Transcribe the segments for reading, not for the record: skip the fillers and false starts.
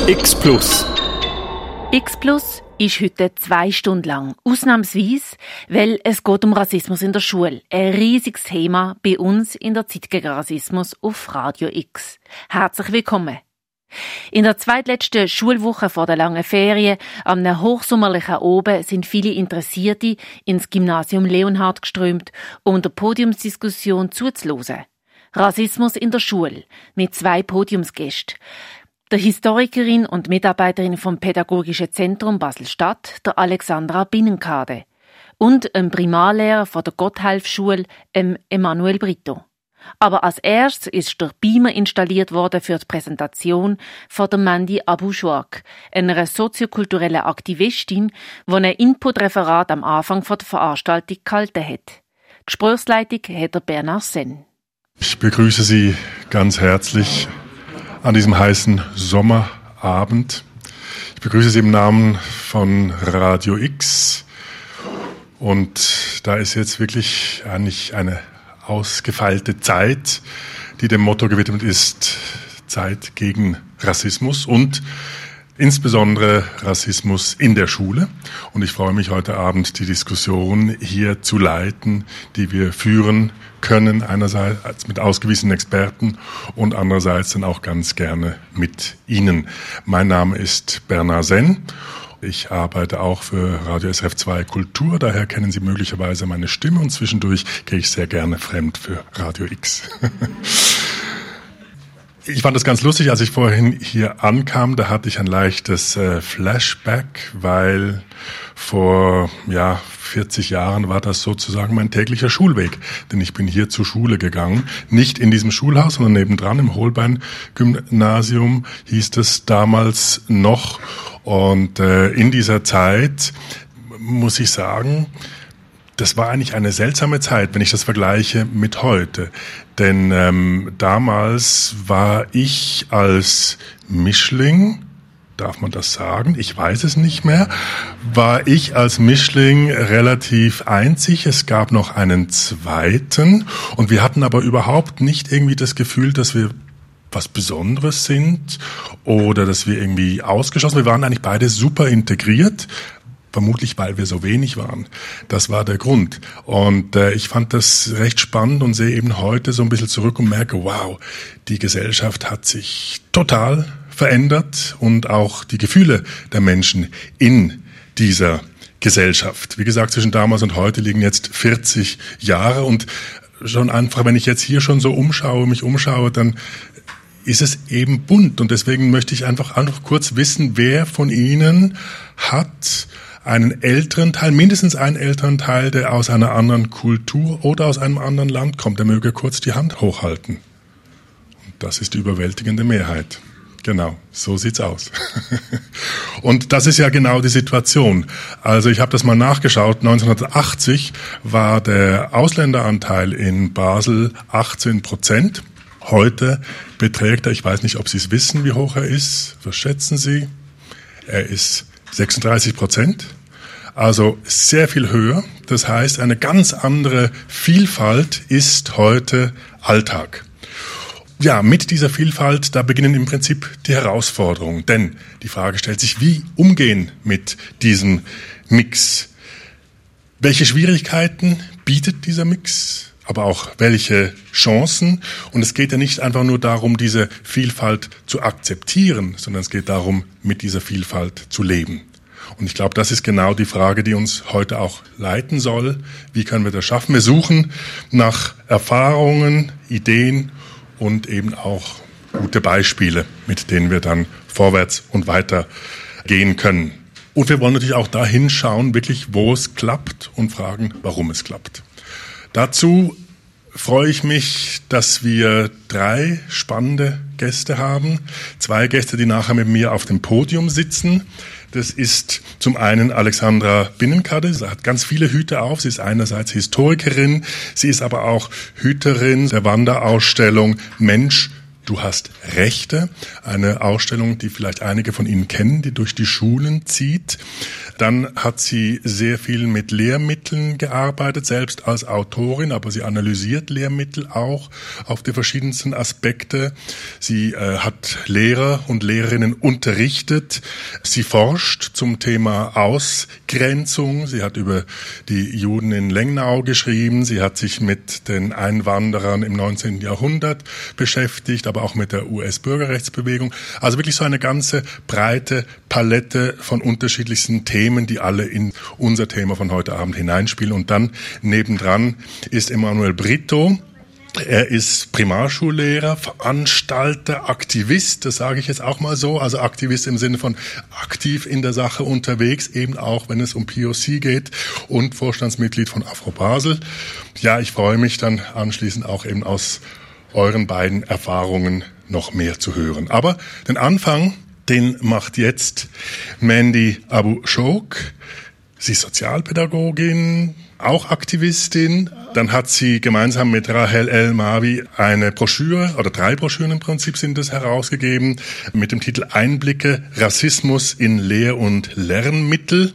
X Plus. X Plus ist heute 2 Stunden lang. Ausnahmsweise, weil es geht um Rassismus in der Schule. Ein riesiges Thema bei uns in der Zeit gegen Rassismus auf Radio X. Herzlich willkommen. In der zweitletzten Schulwoche vor der langen Ferien, am hochsommerlichen Oben, sind viele Interessierte ins Gymnasium Leonhard geströmt, um der Podiumsdiskussion zuzuhören. Rassismus in der Schule mit 2 Podiumsgästen. Der Historikerin und Mitarbeiterin vom Pädagogischen Zentrum Basel-Stadt, der Alexandra Binnenkade, und einem Primarlehrer von der Gotthelf-Schule, Emanuel Brito. Aber als erstes ist der Beamer installiert worden für die Präsentation von der Mandy Abu-Shouak, einer soziokulturellen Aktivistin, die ein Input-Referat am Anfang der Veranstaltung gehalten hat. Die Gesprächsleitung hat der Bernard Senn. Ich begrüße Sie ganz herzlich an diesem heißen Sommerabend. Ich begrüße Sie im Namen von Radio X. Und da ist jetzt wirklich eigentlich eine ausgefeilte Zeit, die dem Motto gewidmet ist, Zeit gegen Rassismus und insbesondere Rassismus in der Schule. Und ich freue mich heute Abend, die Diskussion hier zu leiten, die wir führen können, einerseits mit ausgewiesenen Experten und andererseits dann auch ganz gerne mit Ihnen. Mein Name ist Bernard Senn. Ich arbeite auch für Radio SRF 2 Kultur, daher kennen Sie möglicherweise meine Stimme und zwischendurch gehe ich sehr gerne fremd für Radio X. Ich fand das ganz lustig, als ich vorhin hier ankam, da hatte ich ein leichtes Flashback, weil vor 40 Jahren war das sozusagen mein täglicher Schulweg, denn ich bin hier zur Schule gegangen, nicht in diesem Schulhaus, sondern nebendran im Holbein-Gymnasium hieß es damals noch. Und in dieser Zeit muss ich sagen, das war eigentlich eine seltsame Zeit, wenn ich das vergleiche mit heute. Denn damals war ich als Mischling, darf man das sagen? Ich weiß es nicht mehr. War ich als Mischling relativ einzig. Es gab noch einen zweiten. Und wir hatten aber überhaupt nicht irgendwie das Gefühl, dass wir was Besonderes sind oder dass wir irgendwie ausgeschlossen. Wir waren eigentlich beide super integriert. Vermutlich, weil wir so wenig waren. Das war der Grund. Und ich fand das recht spannend und sehe eben heute so ein bisschen zurück und merke, wow, die Gesellschaft hat sich total verändert und auch die Gefühle der Menschen in dieser Gesellschaft. Wie gesagt, zwischen damals und heute liegen jetzt 40 Jahre und schon einfach, wenn ich jetzt hier schon so mich umschaue, dann ist es eben bunt. Und deswegen möchte ich einfach kurz wissen, wer von Ihnen hat einen älteren Teil, mindestens einen älteren Teil, der aus einer anderen Kultur oder aus einem anderen Land kommt, der möge kurz die Hand hochhalten. Und das ist die überwältigende Mehrheit. Genau, so sieht's aus. Und das ist ja genau die Situation. Also ich habe das mal nachgeschaut. 1980 war der Ausländeranteil in Basel 18%. Heute beträgt er, ich weiß nicht, ob Sie es wissen, wie hoch er ist. Was schätzen Sie? Er ist 36%. Also sehr viel höher. Das heißt, eine ganz andere Vielfalt ist heute Alltag. Ja, mit dieser Vielfalt, da beginnen im Prinzip die Herausforderungen. Denn die Frage stellt sich, wie umgehen mit diesem Mix? Welche Schwierigkeiten bietet dieser Mix? Aber auch welche Chancen. Und es geht ja nicht einfach nur darum, diese Vielfalt zu akzeptieren, sondern es geht darum, mit dieser Vielfalt zu leben. Und ich glaube, das ist genau die Frage, die uns heute auch leiten soll. Wie können wir das schaffen? Wir suchen nach Erfahrungen, Ideen und eben auch gute Beispiele, mit denen wir dann vorwärts und weiter gehen können. Und wir wollen natürlich auch dahin schauen, wirklich, wo es klappt und fragen, warum es klappt. Dazu freue ich mich, dass wir 3 spannende Gäste haben. 2 Gäste, die nachher mit mir auf dem Podium sitzen. Das ist zum einen Alexandra Binnenkade. Sie hat ganz viele Hüte auf. Sie ist einerseits Historikerin, sie ist aber auch Hüterin der Wanderausstellung Mensch Du hast Rechte, eine Ausstellung, die vielleicht einige von Ihnen kennen, die durch die Schulen zieht. Dann hat sie sehr viel mit Lehrmitteln gearbeitet, selbst als Autorin, aber sie analysiert Lehrmittel auch auf die verschiedensten Aspekte. Sie hat Lehrer und Lehrerinnen unterrichtet. Sie forscht zum Thema Ausgrenzung. Sie hat über die Juden in Lengnau geschrieben. Sie hat sich mit den Einwanderern im 19. Jahrhundert beschäftigt, aber auch mit der US-Bürgerrechtsbewegung. Also wirklich so eine ganze breite Palette von unterschiedlichsten Themen, die alle in unser Thema von heute Abend hineinspielen. Und dann nebendran ist Emanuel Brito. Er ist Primarschullehrer, Veranstalter, Aktivist, das sage ich jetzt auch mal so, also Aktivist im Sinne von aktiv in der Sache unterwegs, eben auch wenn es um POC geht, und Vorstandsmitglied von Afro Basel. Ja, ich freue mich dann anschließend auch eben aus euren beiden Erfahrungen noch mehr zu hören. Aber den Anfang, den macht jetzt Mandy Abu-Shok. Sie ist Sozialpädagogin, auch Aktivistin. Dann hat sie gemeinsam mit Rahel El-Mawi eine Broschüre, oder 3 Broschüren im Prinzip sind es, herausgegeben, mit dem Titel Einblicke, Rassismus in Lehr- und Lernmittel.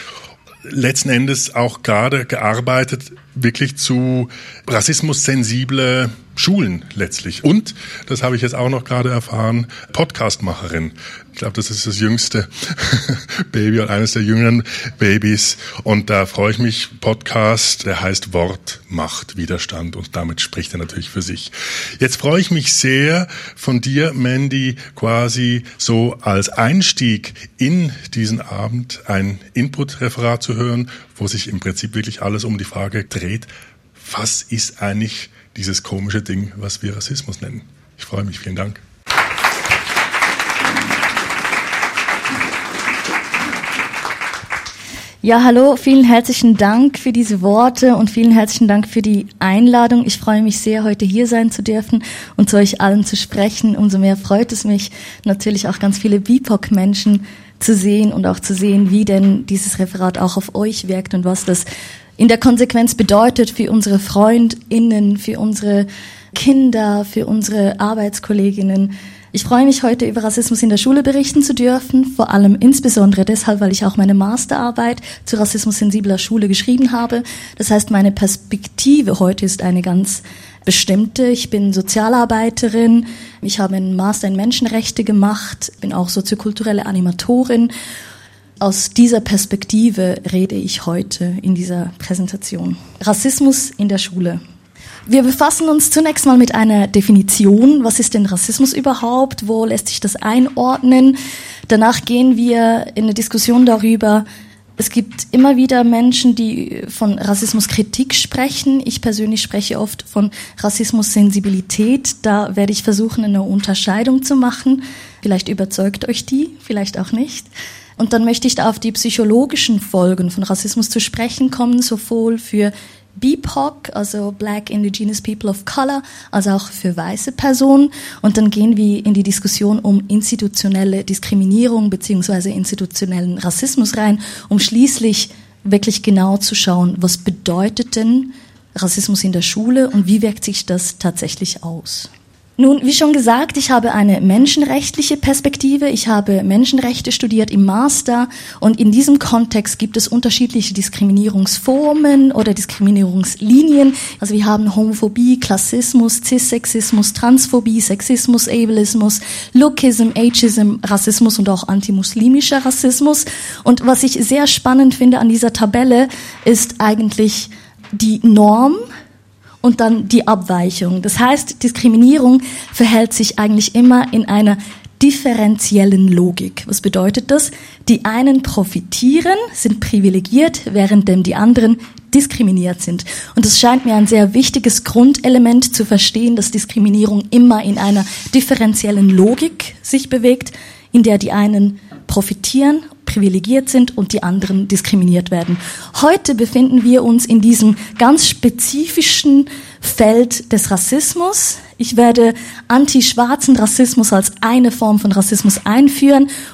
Letzten Endes auch gerade gearbeitet wirklich zu rassismussensible Schulen letztlich. Und, das habe ich jetzt auch noch gerade erfahren, Podcastmacherin. Ich glaube, das ist das jüngste Baby oder eines der jüngeren Babys. Und da freue ich mich. Podcast, der heißt Wort macht Widerstand. Und damit spricht er natürlich für sich. Jetzt freue ich mich sehr, von dir, Mandy, quasi so als Einstieg in diesen Abend ein Input-Referat zu hören, wo sich im Prinzip wirklich alles um die Frage dreht, was ist eigentlich dieses komische Ding, was wir Rassismus nennen. Ich freue mich, vielen Dank. Ja, hallo, vielen herzlichen Dank für diese Worte und vielen herzlichen Dank für die Einladung. Ich freue mich sehr, heute hier sein zu dürfen und zu euch allen zu sprechen. Umso mehr freut es mich, natürlich auch ganz viele BIPOC-Menschen zu sehen und auch zu sehen, wie denn dieses Referat auch auf euch wirkt und was das in der Konsequenz bedeutet für unsere FreundInnen, für unsere Kinder, für unsere Arbeitskolleginnen. Ich freue mich, heute über Rassismus in der Schule berichten zu dürfen, vor allem insbesondere deshalb, weil ich auch meine Masterarbeit zu rassismussensibler Schule geschrieben habe. Das heißt, meine Perspektive heute ist eine ganz bestimmte. Ich bin Sozialarbeiterin, ich habe einen Master in Menschenrechte gemacht, bin auch soziokulturelle Animatorin. Aus dieser Perspektive rede ich heute in dieser Präsentation. Rassismus in der Schule. Wir befassen uns zunächst mal mit einer Definition. Was ist denn Rassismus überhaupt? Wo lässt sich das einordnen? Danach gehen wir in eine Diskussion darüber. Es gibt immer wieder Menschen, die von Rassismuskritik sprechen. Ich persönlich spreche oft von Rassismussensibilität. Da werde ich versuchen, eine Unterscheidung zu machen. Vielleicht überzeugt euch die, vielleicht auch nicht. Und dann möchte ich da auf die psychologischen Folgen von Rassismus zu sprechen kommen, sowohl für BIPOC, also Black Indigenous People of Color, also auch für weiße Personen. Und dann gehen wir in die Diskussion um institutionelle Diskriminierung bzw. institutionellen Rassismus rein, um schließlich wirklich genau zu schauen, was bedeutet denn Rassismus in der Schule und wie wirkt sich das tatsächlich aus. Nun, wie schon gesagt, ich habe eine menschenrechtliche Perspektive. Ich habe Menschenrechte studiert im Master und in diesem Kontext gibt es unterschiedliche Diskriminierungsformen oder Diskriminierungslinien. Also wir haben Homophobie, Klassismus, Cissexismus, Transphobie, Sexismus, Ableismus, Lookism, Ageism, Rassismus und auch antimuslimischer Rassismus. Und was ich sehr spannend finde an dieser Tabelle ist eigentlich die Norm und dann die Abweichung. Das heißt, Diskriminierung verhält sich eigentlich immer in einer differenziellen Logik. Was bedeutet das? Die einen profitieren, sind privilegiert, währenddem die anderen diskriminiert sind. Und es scheint mir ein sehr wichtiges Grundelement zu verstehen, dass Diskriminierung immer in einer differenziellen Logik sich bewegt, in der die einen profitieren, privilegiert sind und die anderen diskriminiert werden. Heute befinden wir uns in diesem ganz spezifischen Feld des Rassismus. Ich werde anti-schwarzen Rassismus als eine Form von Rassismus einführen und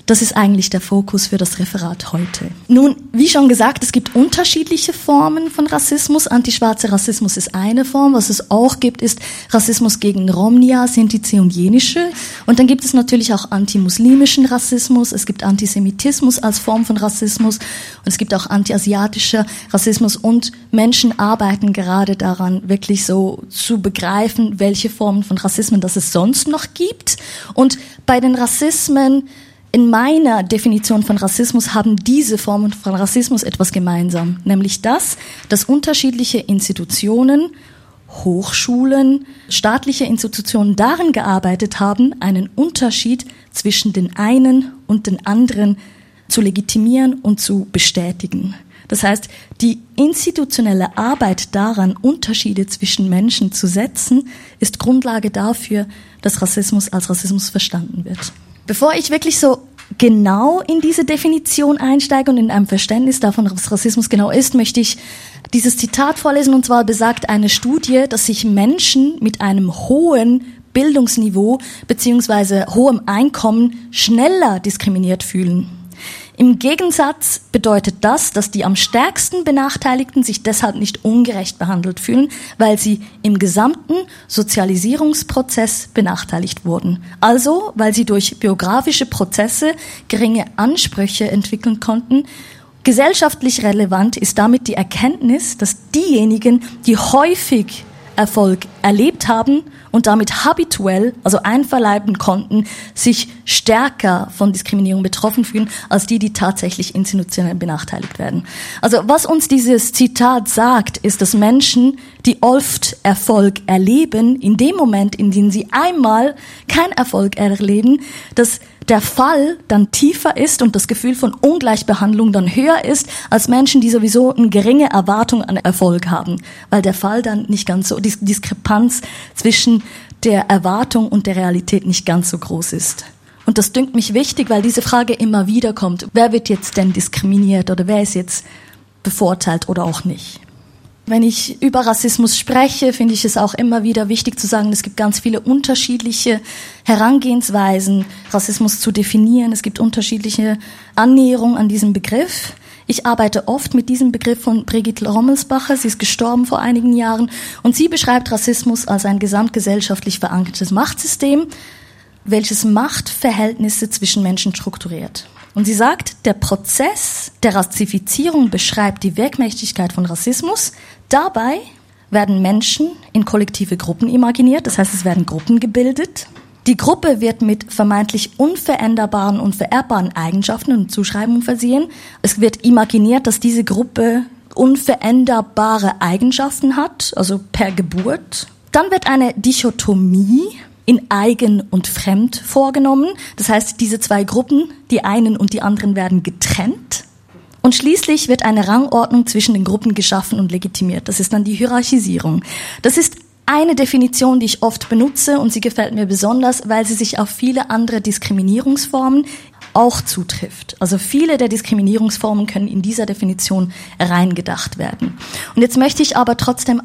das ist eigentlich der Fokus für das Referat heute. Nun, wie schon gesagt, es gibt unterschiedliche Formen von Rassismus. Antischwarzer Rassismus ist eine Form. Was es auch gibt, ist Rassismus gegen Romnia, Sintize und Jenische. Und dann gibt es natürlich auch antimuslimischen Rassismus. Es gibt Antisemitismus als Form von Rassismus. Und es gibt auch antiasiatischer Rassismus. Und Menschen arbeiten gerade daran, wirklich so zu begreifen, welche Formen von Rassismen das es sonst noch gibt. Und bei den Rassismen, in meiner Definition von Rassismus, haben diese Formen von Rassismus etwas gemeinsam. Nämlich das, dass unterschiedliche Institutionen, Hochschulen, staatliche Institutionen darin gearbeitet haben, einen Unterschied zwischen den einen und den anderen zu legitimieren und zu bestätigen. Das heißt, die institutionelle Arbeit daran, Unterschiede zwischen Menschen zu setzen, ist Grundlage dafür, dass Rassismus als Rassismus verstanden wird. Bevor ich wirklich so genau in diese Definition einsteige und in einem Verständnis davon, was Rassismus genau ist, möchte ich dieses Zitat vorlesen, und zwar besagt eine Studie, dass sich Menschen mit einem hohen Bildungsniveau bzw. hohem Einkommen schneller diskriminiert fühlen. Im Gegensatz bedeutet das, dass die am stärksten Benachteiligten sich deshalb nicht ungerecht behandelt fühlen, weil sie im gesamten Sozialisierungsprozess benachteiligt wurden. Also, weil sie durch biografische Prozesse geringe Ansprüche entwickeln konnten. Gesellschaftlich relevant ist damit die Erkenntnis, dass diejenigen, die häufig Erfolg erlebt haben und damit habituell, also einverleiben konnten, sich stärker von Diskriminierung betroffen fühlen, als die, die tatsächlich institutionell benachteiligt werden. Also was uns dieses Zitat sagt, ist, dass Menschen, die oft Erfolg erleben, in dem Moment, in dem sie einmal keinen Erfolg erleben, dass der Fall dann tiefer ist und das Gefühl von Ungleichbehandlung dann höher ist, als Menschen, die sowieso eine geringe Erwartung an Erfolg haben, weil der Fall dann nicht ganz so, die Diskrepanz zwischen der Erwartung und der Realität nicht ganz so groß ist. Und das dünkt mich wichtig, weil diese Frage immer wieder kommt. Wer wird jetzt denn diskriminiert oder wer ist jetzt bevorteilt oder auch nicht? Wenn ich über Rassismus spreche, finde ich es auch immer wieder wichtig zu sagen, es gibt ganz viele unterschiedliche Herangehensweisen, Rassismus zu definieren. Es gibt unterschiedliche Annäherungen an diesen Begriff. Ich arbeite oft mit diesem Begriff von Brigitte Rommelsbacher. Sie ist gestorben vor einigen Jahren. Und sie beschreibt Rassismus als ein gesamtgesellschaftlich verankertes Machtsystem, welches Machtverhältnisse zwischen Menschen strukturiert. Und sie sagt, der Prozess der Rassifizierung beschreibt die Wirkmächtigkeit von Rassismus. Dabei werden Menschen in kollektive Gruppen imaginiert, das heißt, es werden Gruppen gebildet. Die Gruppe wird mit vermeintlich unveränderbaren und vererbbaren Eigenschaften und Zuschreibungen versehen. Es wird imaginiert, dass diese Gruppe unveränderbare Eigenschaften hat, also per Geburt. Dann wird eine Dichotomie in Eigen und Fremd vorgenommen. Das heißt, diese zwei Gruppen, die einen und die anderen, werden getrennt. Und schließlich wird eine Rangordnung zwischen den Gruppen geschaffen und legitimiert. Das ist dann die Hierarchisierung. Das ist eine Definition, die ich oft benutze und sie gefällt mir besonders, weil sie sich auf viele andere Diskriminierungsformen auch zutrifft. Also viele der Diskriminierungsformen können in dieser Definition reingedacht werden. Und jetzt möchte ich aber trotzdem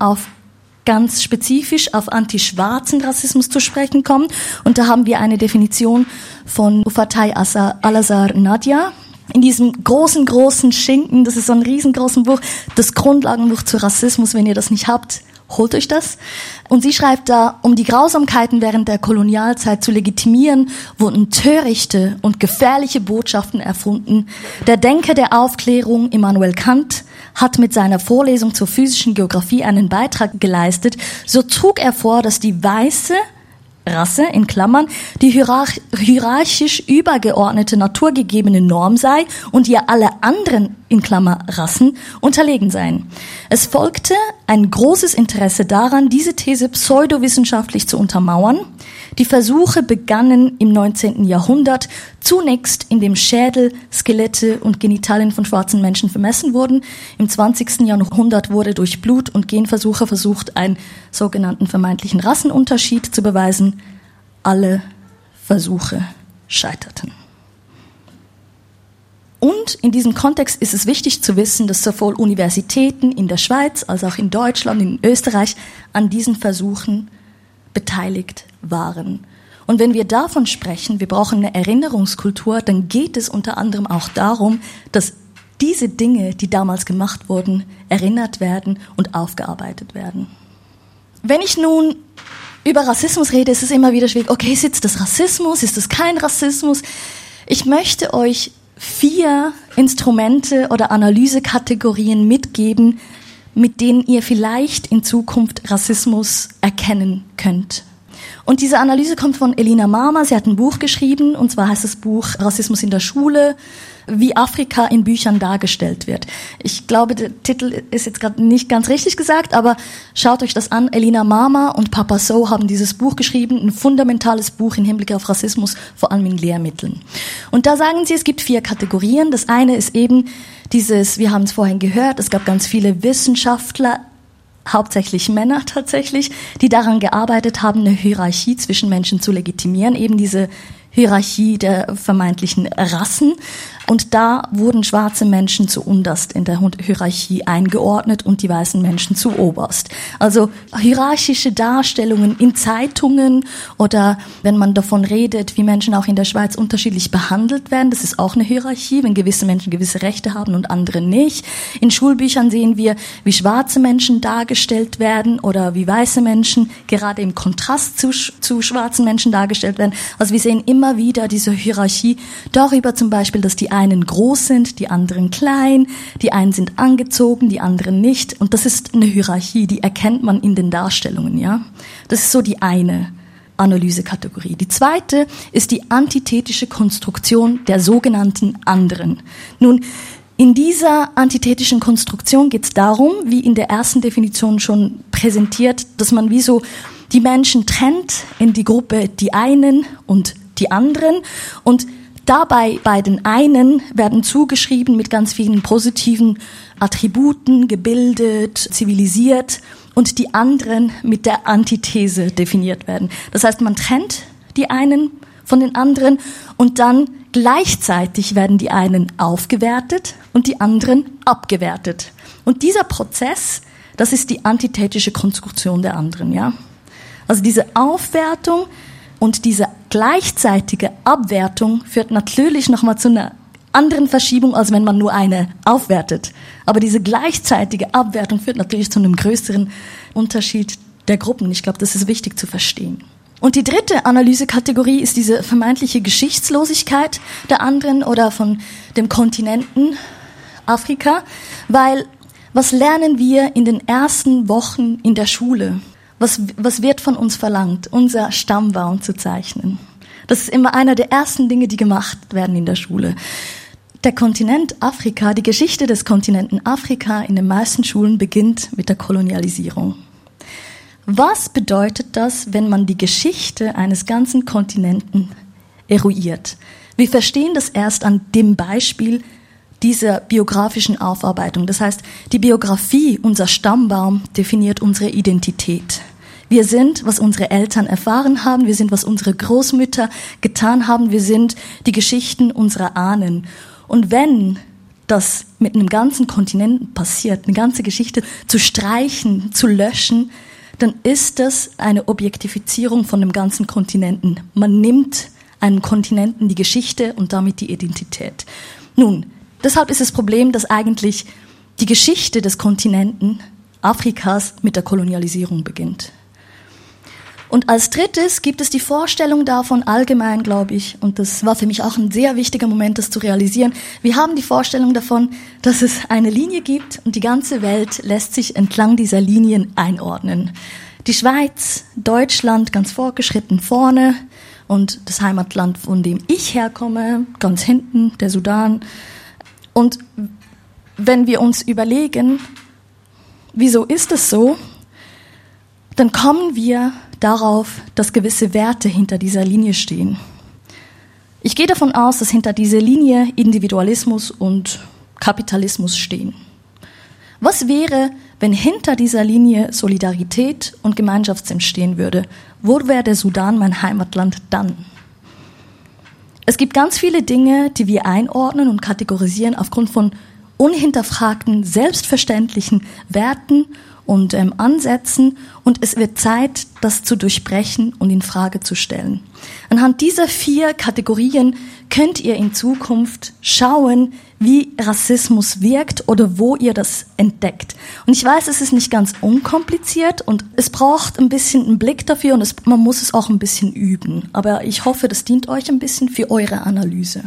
ganz spezifisch auf antischwarzen Rassismus zu sprechen kommen. Und da haben wir eine Definition von Ufatay Al-Azhar Nadia. In diesem großen Schinken, das ist so ein riesengroßes Buch, das Grundlagenbuch zu Rassismus. Wenn ihr das nicht habt, holt euch das. Und sie schreibt da, um die Grausamkeiten während der Kolonialzeit zu legitimieren, wurden törichte und gefährliche Botschaften erfunden. Der Denker der Aufklärung, Immanuel Kant, hat mit seiner Vorlesung zur physischen Geographie einen Beitrag geleistet. So trug er vor, dass die weiße Rasse, in Klammern, die hierarchisch übergeordnete naturgegebene Norm sei und ihr alle anderen, in Klammer Rassen, unterlegen seien. Es folgte ein großes Interesse daran, diese These pseudowissenschaftlich zu untermauern. Die Versuche begannen im 19. Jahrhundert, zunächst indem Schädel, Skelette und Genitalien von schwarzen Menschen vermessen wurden. Im 20. Jahrhundert wurde durch Blut- und Genversuche versucht, einen sogenannten vermeintlichen Rassenunterschied zu beweisen. Alle Versuche scheiterten. Und in diesem Kontext ist es wichtig zu wissen, dass sowohl Universitäten in der Schweiz als auch in Deutschland, in Österreich an diesen Versuchen beteiligt waren. Und wenn wir davon sprechen, wir brauchen eine Erinnerungskultur, dann geht es unter anderem auch darum, dass diese Dinge, die damals gemacht wurden, erinnert werden und aufgearbeitet werden. Wenn ich nun über Rassismus rede, ist es immer wieder schwierig. Okay, ist jetzt das Rassismus? Ist das kein Rassismus? Ich möchte euch 4 Instrumente oder Analysekategorien mitgeben, mit denen ihr vielleicht in Zukunft Rassismus erkennen könnt. Und diese Analyse kommt von Elina Mama. Sie hat ein Buch geschrieben, und zwar heißt das Buch Rassismus in der Schule, wie Afrika in Büchern dargestellt wird. Ich glaube, der Titel ist jetzt gerade nicht ganz richtig gesagt, aber schaut euch das an. Elina Mama und Papa So haben dieses Buch geschrieben, ein fundamentales Buch im Hinblick auf Rassismus, vor allem in Lehrmitteln. Und da sagen sie, es gibt 4 Kategorien. Das eine ist eben dieses, wir haben es vorhin gehört, es gab ganz viele Wissenschaftler, hauptsächlich Männer tatsächlich, die daran gearbeitet haben, eine Hierarchie zwischen Menschen zu legitimieren, eben diese Hierarchie der vermeintlichen Rassen. Und da wurden schwarze Menschen zu unterst in der Hierarchie eingeordnet und die weißen Menschen zu oberst. Also hierarchische Darstellungen in Zeitungen oder wenn man davon redet, wie Menschen auch in der Schweiz unterschiedlich behandelt werden, das ist auch eine Hierarchie, wenn gewisse Menschen gewisse Rechte haben und andere nicht. In Schulbüchern sehen wir, wie schwarze Menschen dargestellt werden oder wie weiße Menschen gerade im Kontrast zu schwarzen Menschen dargestellt werden. Also wir sehen immer wieder diese Hierarchie darüber zum Beispiel, dass die einen groß sind, die anderen klein, die einen sind angezogen, die anderen nicht. Und das ist eine Hierarchie, die erkennt man in den Darstellungen, ja. Das ist so die eine Analysekategorie. Die zweite ist die antithetische Konstruktion der sogenannten anderen. Nun, in dieser antithetischen Konstruktion geht es darum, wie in der ersten Definition schon präsentiert, dass man wie so die Menschen trennt in die Gruppe die einen und die anderen und dabei bei den einen werden zugeschrieben mit ganz vielen positiven Attributen, gebildet, zivilisiert und die anderen mit der Antithese definiert werden. Das heißt, man trennt die einen von den anderen und dann gleichzeitig werden die einen aufgewertet und die anderen abgewertet. Und dieser Prozess, das ist die antithetische Konstruktion der anderen, ja. Also diese Aufwertung und diese gleichzeitige Abwertung führt natürlich nochmal zu einer anderen Verschiebung, als wenn man nur eine aufwertet. Aber diese gleichzeitige Abwertung führt natürlich zu einem größeren Unterschied der Gruppen. Ich glaube, das ist wichtig zu verstehen. Und die dritte Analysekategorie ist diese vermeintliche Geschichtslosigkeit der anderen oder von dem Kontinenten Afrika, weil was lernen wir in den ersten Wochen in der Schule? Was wird von uns verlangt? Unser Stammbaum zu zeichnen. Das ist immer einer der ersten Dinge, die gemacht werden in der Schule. Der Kontinent Afrika, die Geschichte des Kontinenten Afrika in den meisten Schulen beginnt mit der Kolonialisierung. Was bedeutet das, wenn man die Geschichte eines ganzen Kontinenten eruiert? Wir verstehen das erst an dem Beispiel dieser biografischen Aufarbeitung. Das heißt, die Biografie, unser Stammbaum, definiert unsere Identität. Wir sind, was unsere Eltern erfahren haben, wir sind, was unsere Großmütter getan haben, wir sind die Geschichten unserer Ahnen. Und wenn das mit einem ganzen Kontinent passiert, eine ganze Geschichte zu streichen, zu löschen, dann ist das eine Objektifizierung von dem ganzen Kontinenten. Man nimmt einem Kontinenten die Geschichte und damit die Identität. Nun, deshalb ist das Problem, dass eigentlich die Geschichte des Kontinenten Afrikas mit der Kolonialisierung beginnt. Und als drittes gibt es die Vorstellung davon allgemein, glaube ich, und das war für mich auch ein sehr wichtiger Moment, das zu realisieren. Wir haben die Vorstellung davon, dass es eine Linie gibt und die ganze Welt lässt sich entlang dieser Linien einordnen. Die Schweiz, Deutschland ganz vorgeschritten vorne und das Heimatland, von dem ich herkomme, ganz hinten, der Sudan. Und wenn wir uns überlegen, wieso ist es so, dann kommen wir darauf, dass gewisse Werte hinter dieser Linie stehen. Ich gehe davon aus, dass hinter dieser Linie Individualismus und Kapitalismus stehen. Was wäre, wenn hinter dieser Linie Solidarität und Gemeinschaftssinn stehen würde? Wo wäre der Sudan, mein Heimatland, dann? Es gibt ganz viele Dinge, die wir einordnen und kategorisieren aufgrund von unhinterfragten, selbstverständlichen Werten und Ansätzen. Und es wird Zeit, das zu durchbrechen und in Frage zu stellen. Anhand dieser 4 Kategorien könnt ihr in Zukunft schauen, wie Rassismus wirkt oder wo ihr das entdeckt. Und ich weiß, es ist nicht ganz unkompliziert und es braucht ein bisschen einen Blick dafür und man muss es auch ein bisschen üben. Aber ich hoffe, das dient euch ein bisschen für eure Analyse.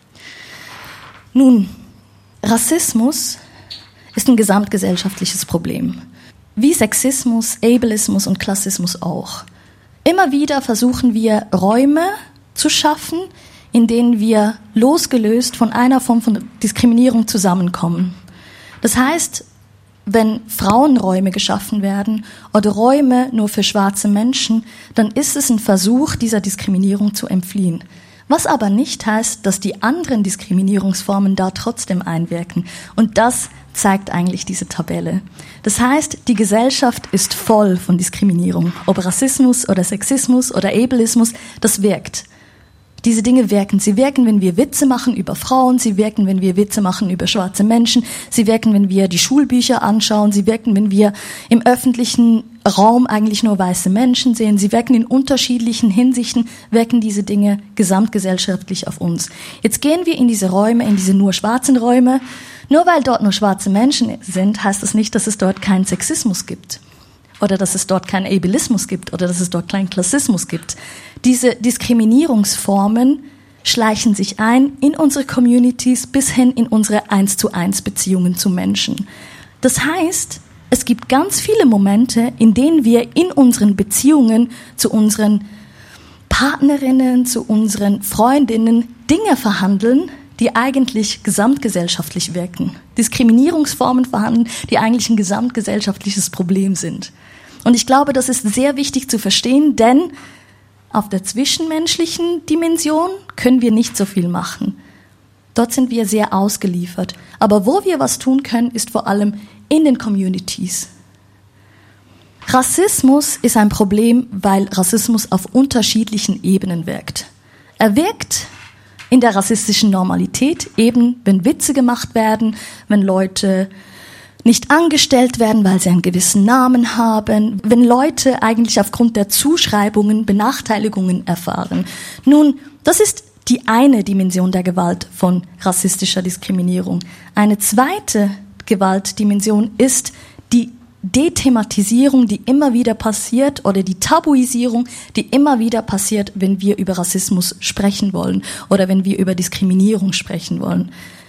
Nun, Rassismus ist ein gesamtgesellschaftliches Problem. Wie Sexismus, Ableismus und Klassismus auch. Immer wieder versuchen wir, Räume zu schaffen, in denen wir losgelöst von einer Form von Diskriminierung zusammenkommen. Das heißt, wenn Frauenräume geschaffen werden oder Räume nur für schwarze Menschen, dann ist es ein Versuch, dieser Diskriminierung zu entfliehen. Was aber nicht heißt, dass die anderen Diskriminierungsformen da trotzdem einwirken. Und das zeigt eigentlich diese Tabelle. Das heißt, die Gesellschaft ist voll von Diskriminierung. Ob Rassismus oder Sexismus oder Ableismus, das wirkt. Diese Dinge wirken. Sie wirken, wenn wir Witze machen über Frauen. Sie wirken, wenn wir Witze machen über schwarze Menschen. Sie wirken, wenn wir die Schulbücher anschauen. Sie wirken, wenn wir im öffentlichen Raum eigentlich nur weiße Menschen sehen. Sie wirken in unterschiedlichen Hinsichten, wirken diese Dinge gesamtgesellschaftlich auf uns. Jetzt gehen wir in diese Räume, in diese nur schwarzen Räume. Nur weil dort nur schwarze Menschen sind, heißt das nicht, dass es dort keinen Sexismus gibt. Oder dass es dort keinen Ableismus gibt. Oder dass es dort keinen Klassismus gibt. Diese Diskriminierungsformen schleichen sich ein in unsere Communities bis hin in unsere 1:1 Beziehungen zu Menschen. Das heißt, es gibt ganz viele Momente, in denen wir in unseren Beziehungen zu unseren Partnerinnen, zu unseren Freundinnen Dinge verhandeln, die eigentlich gesamtgesellschaftlich wirken. Diskriminierungsformen verhandeln, die eigentlich ein gesamtgesellschaftliches Problem sind. Und ich glaube, das ist sehr wichtig zu verstehen, denn auf der zwischenmenschlichen Dimension können wir nicht so viel machen. Dort sind wir sehr ausgeliefert. Aber wo wir was tun können, ist vor allem in den Communities. Rassismus ist ein Problem, weil Rassismus auf unterschiedlichen Ebenen wirkt. Er wirkt in der rassistischen Normalität, eben wenn Witze gemacht werden, wenn Leute nicht angestellt werden, weil sie einen gewissen Namen haben, wenn Leute eigentlich aufgrund der Zuschreibungen Benachteiligungen erfahren. Nun, das ist die eine Dimension der Gewalt von rassistischer Diskriminierung. Eine zweite Gewaltdimension ist die Dethematisierung, die immer wieder passiert, oder die Tabuisierung, die immer wieder passiert, wenn wir über Rassismus sprechen wollen oder wenn wir über Diskriminierung sprechen wollen.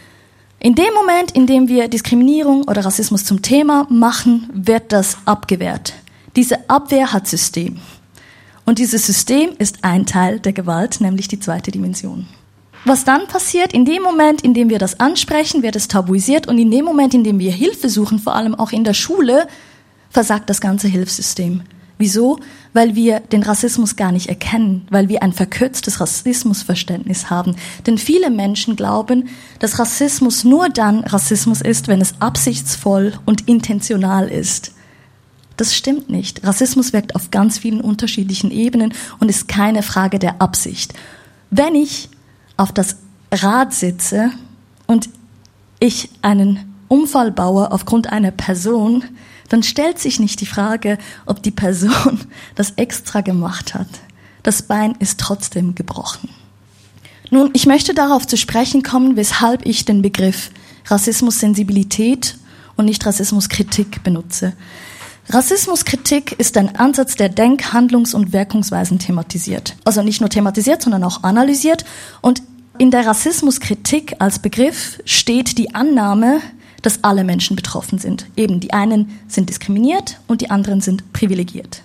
In dem Moment, in dem wir Diskriminierung oder Rassismus zum Thema machen, wird das abgewehrt. Diese Abwehr hat System. Und dieses System ist ein Teil der Gewalt, nämlich die zweite Dimension. Was dann passiert, in dem Moment, in dem wir das ansprechen, wird es tabuisiert, und in dem Moment, in dem wir Hilfe suchen, vor allem auch in der Schule, versagt das ganze Hilfssystem. Wieso? Weil wir den Rassismus gar nicht erkennen, weil wir ein verkürztes Rassismusverständnis haben. Denn viele Menschen glauben, dass Rassismus nur dann Rassismus ist, wenn es absichtsvoll und intentional ist. Das stimmt nicht. Rassismus wirkt auf ganz vielen unterschiedlichen Ebenen und ist keine Frage der Absicht. Wenn ich auf das Rad sitze und ich einen Unfall baue aufgrund einer Person, dann stellt sich nicht die Frage, ob die Person das extra gemacht hat. Das Bein ist trotzdem gebrochen. Nun, ich möchte darauf zu sprechen kommen, weshalb ich den Begriff Rassismussensibilität und nicht Rassismuskritik benutze. Rassismuskritik ist ein Ansatz, der Denk-, Handlungs- und Wirkungsweisen thematisiert. Also nicht nur thematisiert, sondern auch analysiert. Und in der Rassismuskritik als Begriff steht die Annahme, dass alle Menschen betroffen sind. Eben, die einen sind diskriminiert und die anderen sind privilegiert.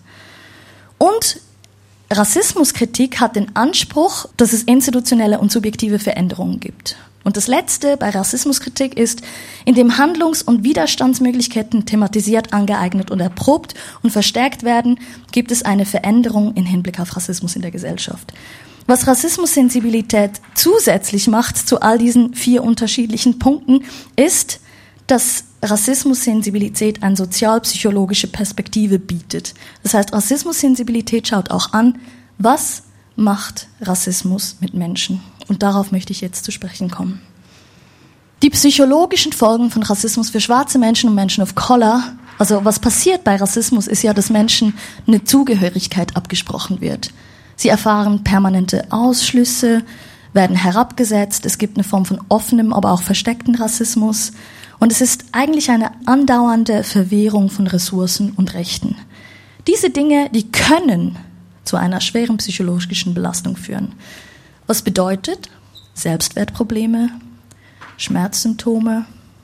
Und Rassismuskritik hat den Anspruch, dass es institutionelle und subjektive Veränderungen gibt. Und das Letzte bei Rassismuskritik ist, indem Handlungs- und Widerstandsmöglichkeiten thematisiert, angeeignet und erprobt und verstärkt werden, gibt es eine Veränderung im Hinblick auf Rassismus in der Gesellschaft. Was Rassismussensibilität zusätzlich macht zu all diesen 4 unterschiedlichen Punkten, ist, dass Rassismussensibilität eine sozialpsychologische Perspektive bietet. Das heißt, Rassismussensibilität schaut auch an, was macht Rassismus mit Menschen? Und darauf möchte ich jetzt zu sprechen kommen. Die psychologischen Folgen von Rassismus für schwarze Menschen und Menschen of Color Also was passiert bei Rassismus ist ja, dass Menschen eine Zugehörigkeit abgesprochen wird. Sie erfahren permanente Ausschlüsse, werden herabgesetzt, es gibt eine Form von offenem, aber auch versteckten Rassismus. Und es ist eigentlich eine andauernde Verwehrung von Ressourcen und Rechten. Diese Dinge, die können zu einer schweren psychologischen Belastung führen. Was bedeutet Selbstwertprobleme, Schmerzsymptome,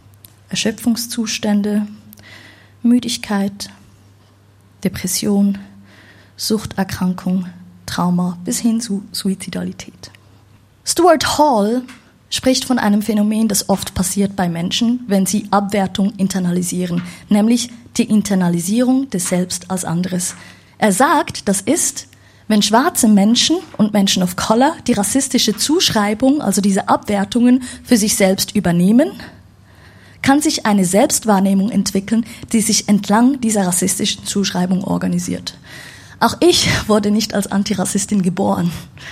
Erschöpfungszustände, Müdigkeit, Depression, Suchterkrankung, Trauma bis hin zu Suizidalität. Stuart Hall spricht von einem Phänomen, das oft passiert bei Menschen, wenn sie Abwertung internalisieren, nämlich die Internalisierung des Selbst als anderes. Er sagt, das ist, wenn schwarze Menschen und Menschen of Color die rassistische Zuschreibung, also diese Abwertungen, für sich selbst übernehmen, kann sich eine Selbstwahrnehmung entwickeln, die sich entlang dieser rassistischen Zuschreibung organisiert. Auch ich wurde nicht als Antirassistin geboren.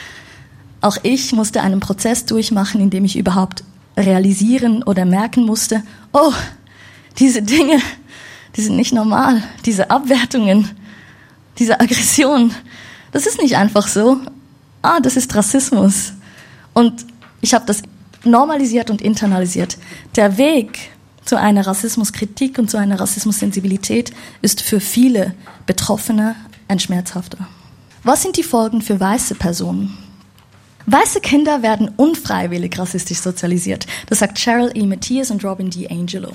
Auch ich musste einen Prozess durchmachen, in dem ich überhaupt realisieren oder merken musste, oh, diese Dinge, die sind nicht normal, diese Abwertungen, diese Aggression, das ist nicht einfach so. Das ist Rassismus. Und ich habe das normalisiert und internalisiert. Der Weg zu einer Rassismuskritik und zu einer Rassismussensibilität ist für viele Betroffene ein schmerzhafter. Was sind die Folgen für weiße Personen? Weiße Kinder werden unfreiwillig rassistisch sozialisiert. Das sagt Cheryl E. Matthias und Robin D. Angelo.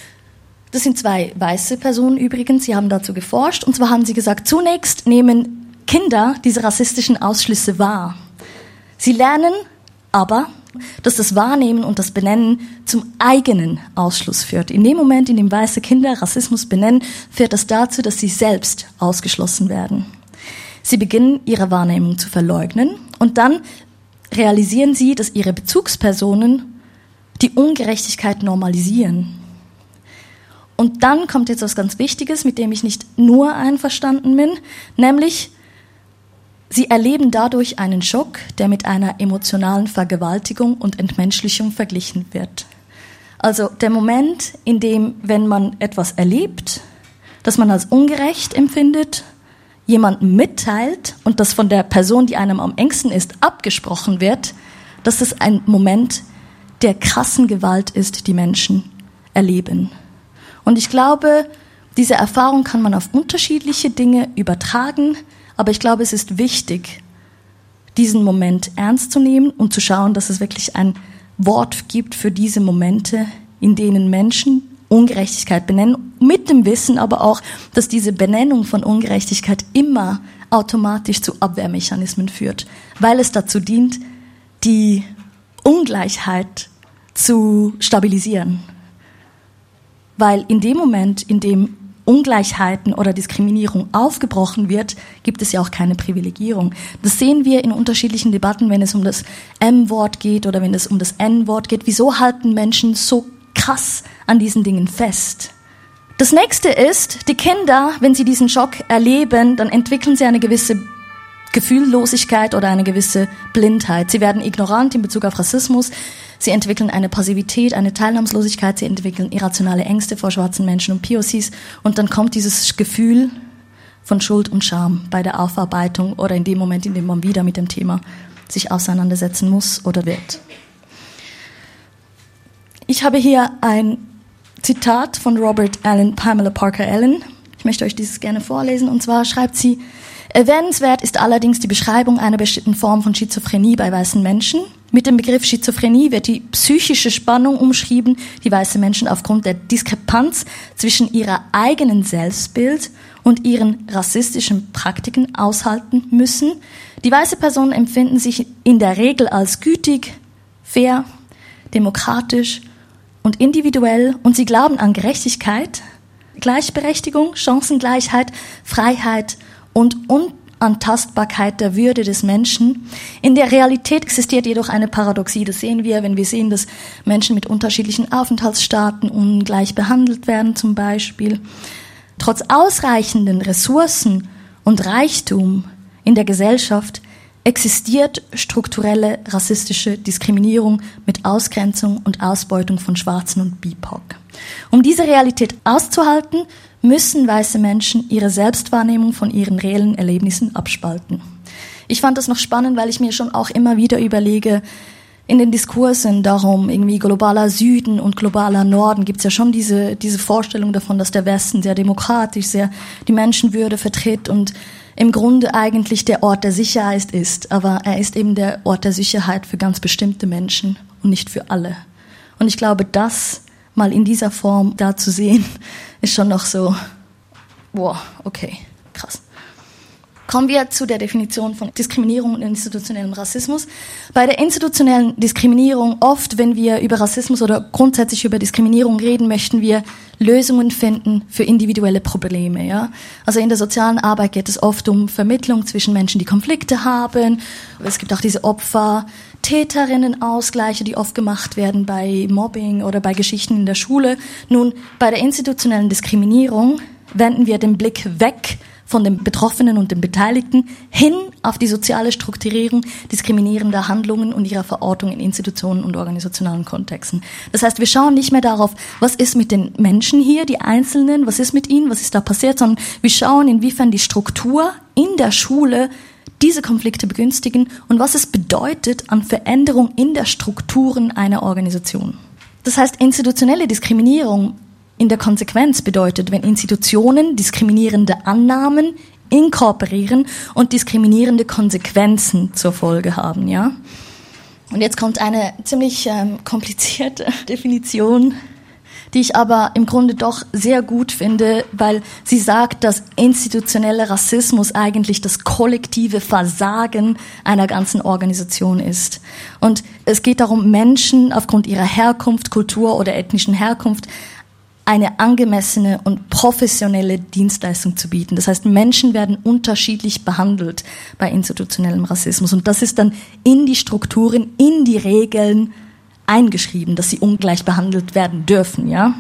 Das sind zwei weiße Personen übrigens, sie haben dazu geforscht. Und zwar haben sie gesagt, zunächst nehmen Kinder diese rassistischen Ausschlüsse wahr. Sie lernen aber, dass das Wahrnehmen und das Benennen zum eigenen Ausschluss führt. In dem Moment, in dem weiße Kinder Rassismus benennen, führt das dazu, dass sie selbst ausgeschlossen werden. Sie beginnen, ihre Wahrnehmung zu verleugnen und dann realisieren sie, dass ihre Bezugspersonen die Ungerechtigkeit normalisieren. Und dann kommt jetzt was ganz Wichtiges, mit dem ich nicht nur einverstanden bin, nämlich sie erleben dadurch einen Schock, der mit einer emotionalen Vergewaltigung und Entmenschlichung verglichen wird. Also der Moment, in dem, wenn man etwas erlebt, das man als ungerecht empfindet, jemandem mitteilt und das von der Person, die einem am engsten ist, abgesprochen wird, dass es ein Moment der krassen Gewalt ist, die Menschen erleben. Und ich glaube, diese Erfahrung kann man auf unterschiedliche Dinge übertragen, aber ich glaube, es ist wichtig, diesen Moment ernst zu nehmen und zu schauen, dass es wirklich ein Wort gibt für diese Momente, in denen Menschen Ungerechtigkeit benennen, mit dem Wissen aber auch, dass diese Benennung von Ungerechtigkeit immer automatisch zu Abwehrmechanismen führt, weil es dazu dient, die Ungleichheit zu stabilisieren. Weil in dem Moment, in dem Ungleichheiten oder Diskriminierung aufgebrochen wird, gibt es ja auch keine Privilegierung. Das sehen wir in unterschiedlichen Debatten, wenn es um das M-Wort geht oder wenn es um das N-Wort geht. Wieso halten Menschen so krass an diesen Dingen fest? Das nächste ist, die Kinder, wenn sie diesen Schock erleben, dann entwickeln sie eine gewisse Gefühllosigkeit oder eine gewisse Blindheit. Sie werden ignorant in Bezug auf Rassismus. Sie entwickeln eine Passivität, eine Teilnahmslosigkeit. Sie entwickeln irrationale Ängste vor schwarzen Menschen und POCs. Und dann kommt dieses Gefühl von Schuld und Scham bei der Aufarbeitung oder in dem Moment, in dem man wieder mit dem Thema sich auseinandersetzen muss oder wird. Ich habe hier ein Zitat von Robert Allen, Pamela Parker Allen. Ich möchte euch dieses gerne vorlesen. Und zwar schreibt sie: Erwähnenswert ist allerdings die Beschreibung einer bestimmten Form von Schizophrenie bei weißen Menschen. Mit dem Begriff Schizophrenie wird die psychische Spannung umschrieben, die weiße Menschen aufgrund der Diskrepanz zwischen ihrer eigenen Selbstbild und ihren rassistischen Praktiken aushalten müssen. Die weiße Personen empfinden sich in der Regel als gütig, fair, demokratisch und individuell und sie glauben an Gerechtigkeit, Gleichberechtigung, Chancengleichheit, Freiheit und Unantastbarkeit der Würde des Menschen. In der Realität existiert jedoch eine Paradoxie. Das sehen wir, wenn wir sehen, dass Menschen mit unterschiedlichen Aufenthaltsstaaten ungleich behandelt werden zum Beispiel. Trotz ausreichenden Ressourcen und Reichtum in der Gesellschaft existiert strukturelle rassistische Diskriminierung mit Ausgrenzung und Ausbeutung von Schwarzen und BIPOC. Um diese Realität auszuhalten, müssen weiße Menschen ihre Selbstwahrnehmung von ihren reellen Erlebnissen abspalten. Ich fand das noch spannend, weil ich mir schon auch immer wieder überlege, in den Diskursen darum, irgendwie globaler Süden und globaler Norden, gibt's ja schon diese Vorstellung davon, dass der Westen sehr demokratisch, sehr die Menschenwürde vertritt und im Grunde eigentlich der Ort der Sicherheit ist. Aber er ist eben der Ort der Sicherheit für ganz bestimmte Menschen und nicht für alle. Und ich glaube, das mal in dieser Form da zu sehen, ist schon noch so, wow, okay, krass. Kommen wir zu der Definition von Diskriminierung und institutionellem Rassismus. Bei der institutionellen Diskriminierung, oft, wenn wir über Rassismus oder grundsätzlich über Diskriminierung reden, möchten wir Lösungen finden für individuelle Probleme. Ja? Also in der sozialen Arbeit geht es oft um Vermittlung zwischen Menschen, die Konflikte haben. Es gibt auch diese Opfer-Täterinnen-Ausgleiche, die oft gemacht werden bei Mobbing oder bei Geschichten in der Schule. Nun, bei der institutionellen Diskriminierung wenden wir den Blick weg von den Betroffenen und den Beteiligten hin auf die soziale Strukturierung diskriminierender Handlungen und ihrer Verortung in Institutionen und organisationalen Kontexten. Das heißt, wir schauen nicht mehr darauf, was ist mit den Menschen hier, die Einzelnen, was ist mit ihnen, was ist da passiert, sondern wir schauen, inwiefern die Struktur in der Schule diese Konflikte begünstigen und was es bedeutet an Veränderung in der Strukturen einer Organisation. Das heißt, institutionelle Diskriminierung in der Konsequenz bedeutet, wenn Institutionen diskriminierende Annahmen inkorporieren und diskriminierende Konsequenzen zur Folge haben, ja. Und jetzt kommt eine ziemlich komplizierte Definition, die ich aber im Grunde doch sehr gut finde, weil sie sagt, dass institutioneller Rassismus eigentlich das kollektive Versagen einer ganzen Organisation ist. Und es geht darum, Menschen aufgrund ihrer Herkunft, Kultur oder ethnischen Herkunft eine angemessene und professionelle Dienstleistung zu bieten. Das heißt, Menschen werden unterschiedlich behandelt bei institutionellem Rassismus. Und das ist dann in die Strukturen, in die Regeln eingeschrieben, dass sie ungleich behandelt werden dürfen, ja.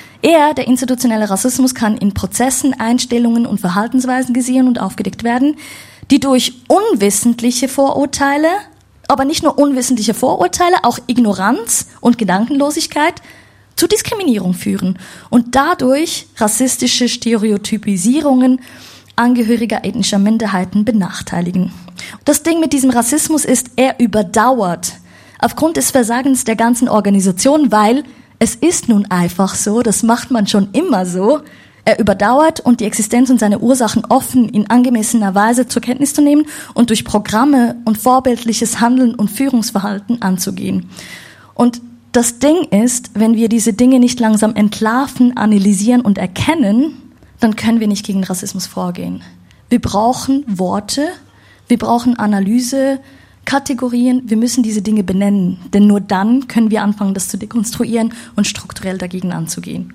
Der institutionelle Rassismus kann in Prozessen, Einstellungen und Verhaltensweisen gesehen und aufgedeckt werden, die durch unwissentliche Vorurteile, aber nicht nur unwissentliche Vorurteile, auch Ignoranz und Gedankenlosigkeit zu Diskriminierung führen und dadurch rassistische Stereotypisierungen Angehöriger ethnischer Minderheiten benachteiligen. Das Ding mit diesem Rassismus ist, er überdauert aufgrund des Versagens der ganzen Organisation, weil es ist nun einfach so, das macht man schon immer so, er überdauert und die Existenz und seine Ursachen offen in angemessener Weise zur Kenntnis zu nehmen und durch Programme und vorbildliches Handeln und Führungsverhalten anzugehen. Und das Ding ist, wenn wir diese Dinge nicht langsam entlarven, analysieren und erkennen, dann können wir nicht gegen Rassismus vorgehen. Wir brauchen Worte, wir brauchen Analyse, Kategorien, wir müssen diese Dinge benennen, denn nur dann können wir anfangen, das zu dekonstruieren und strukturell dagegen anzugehen.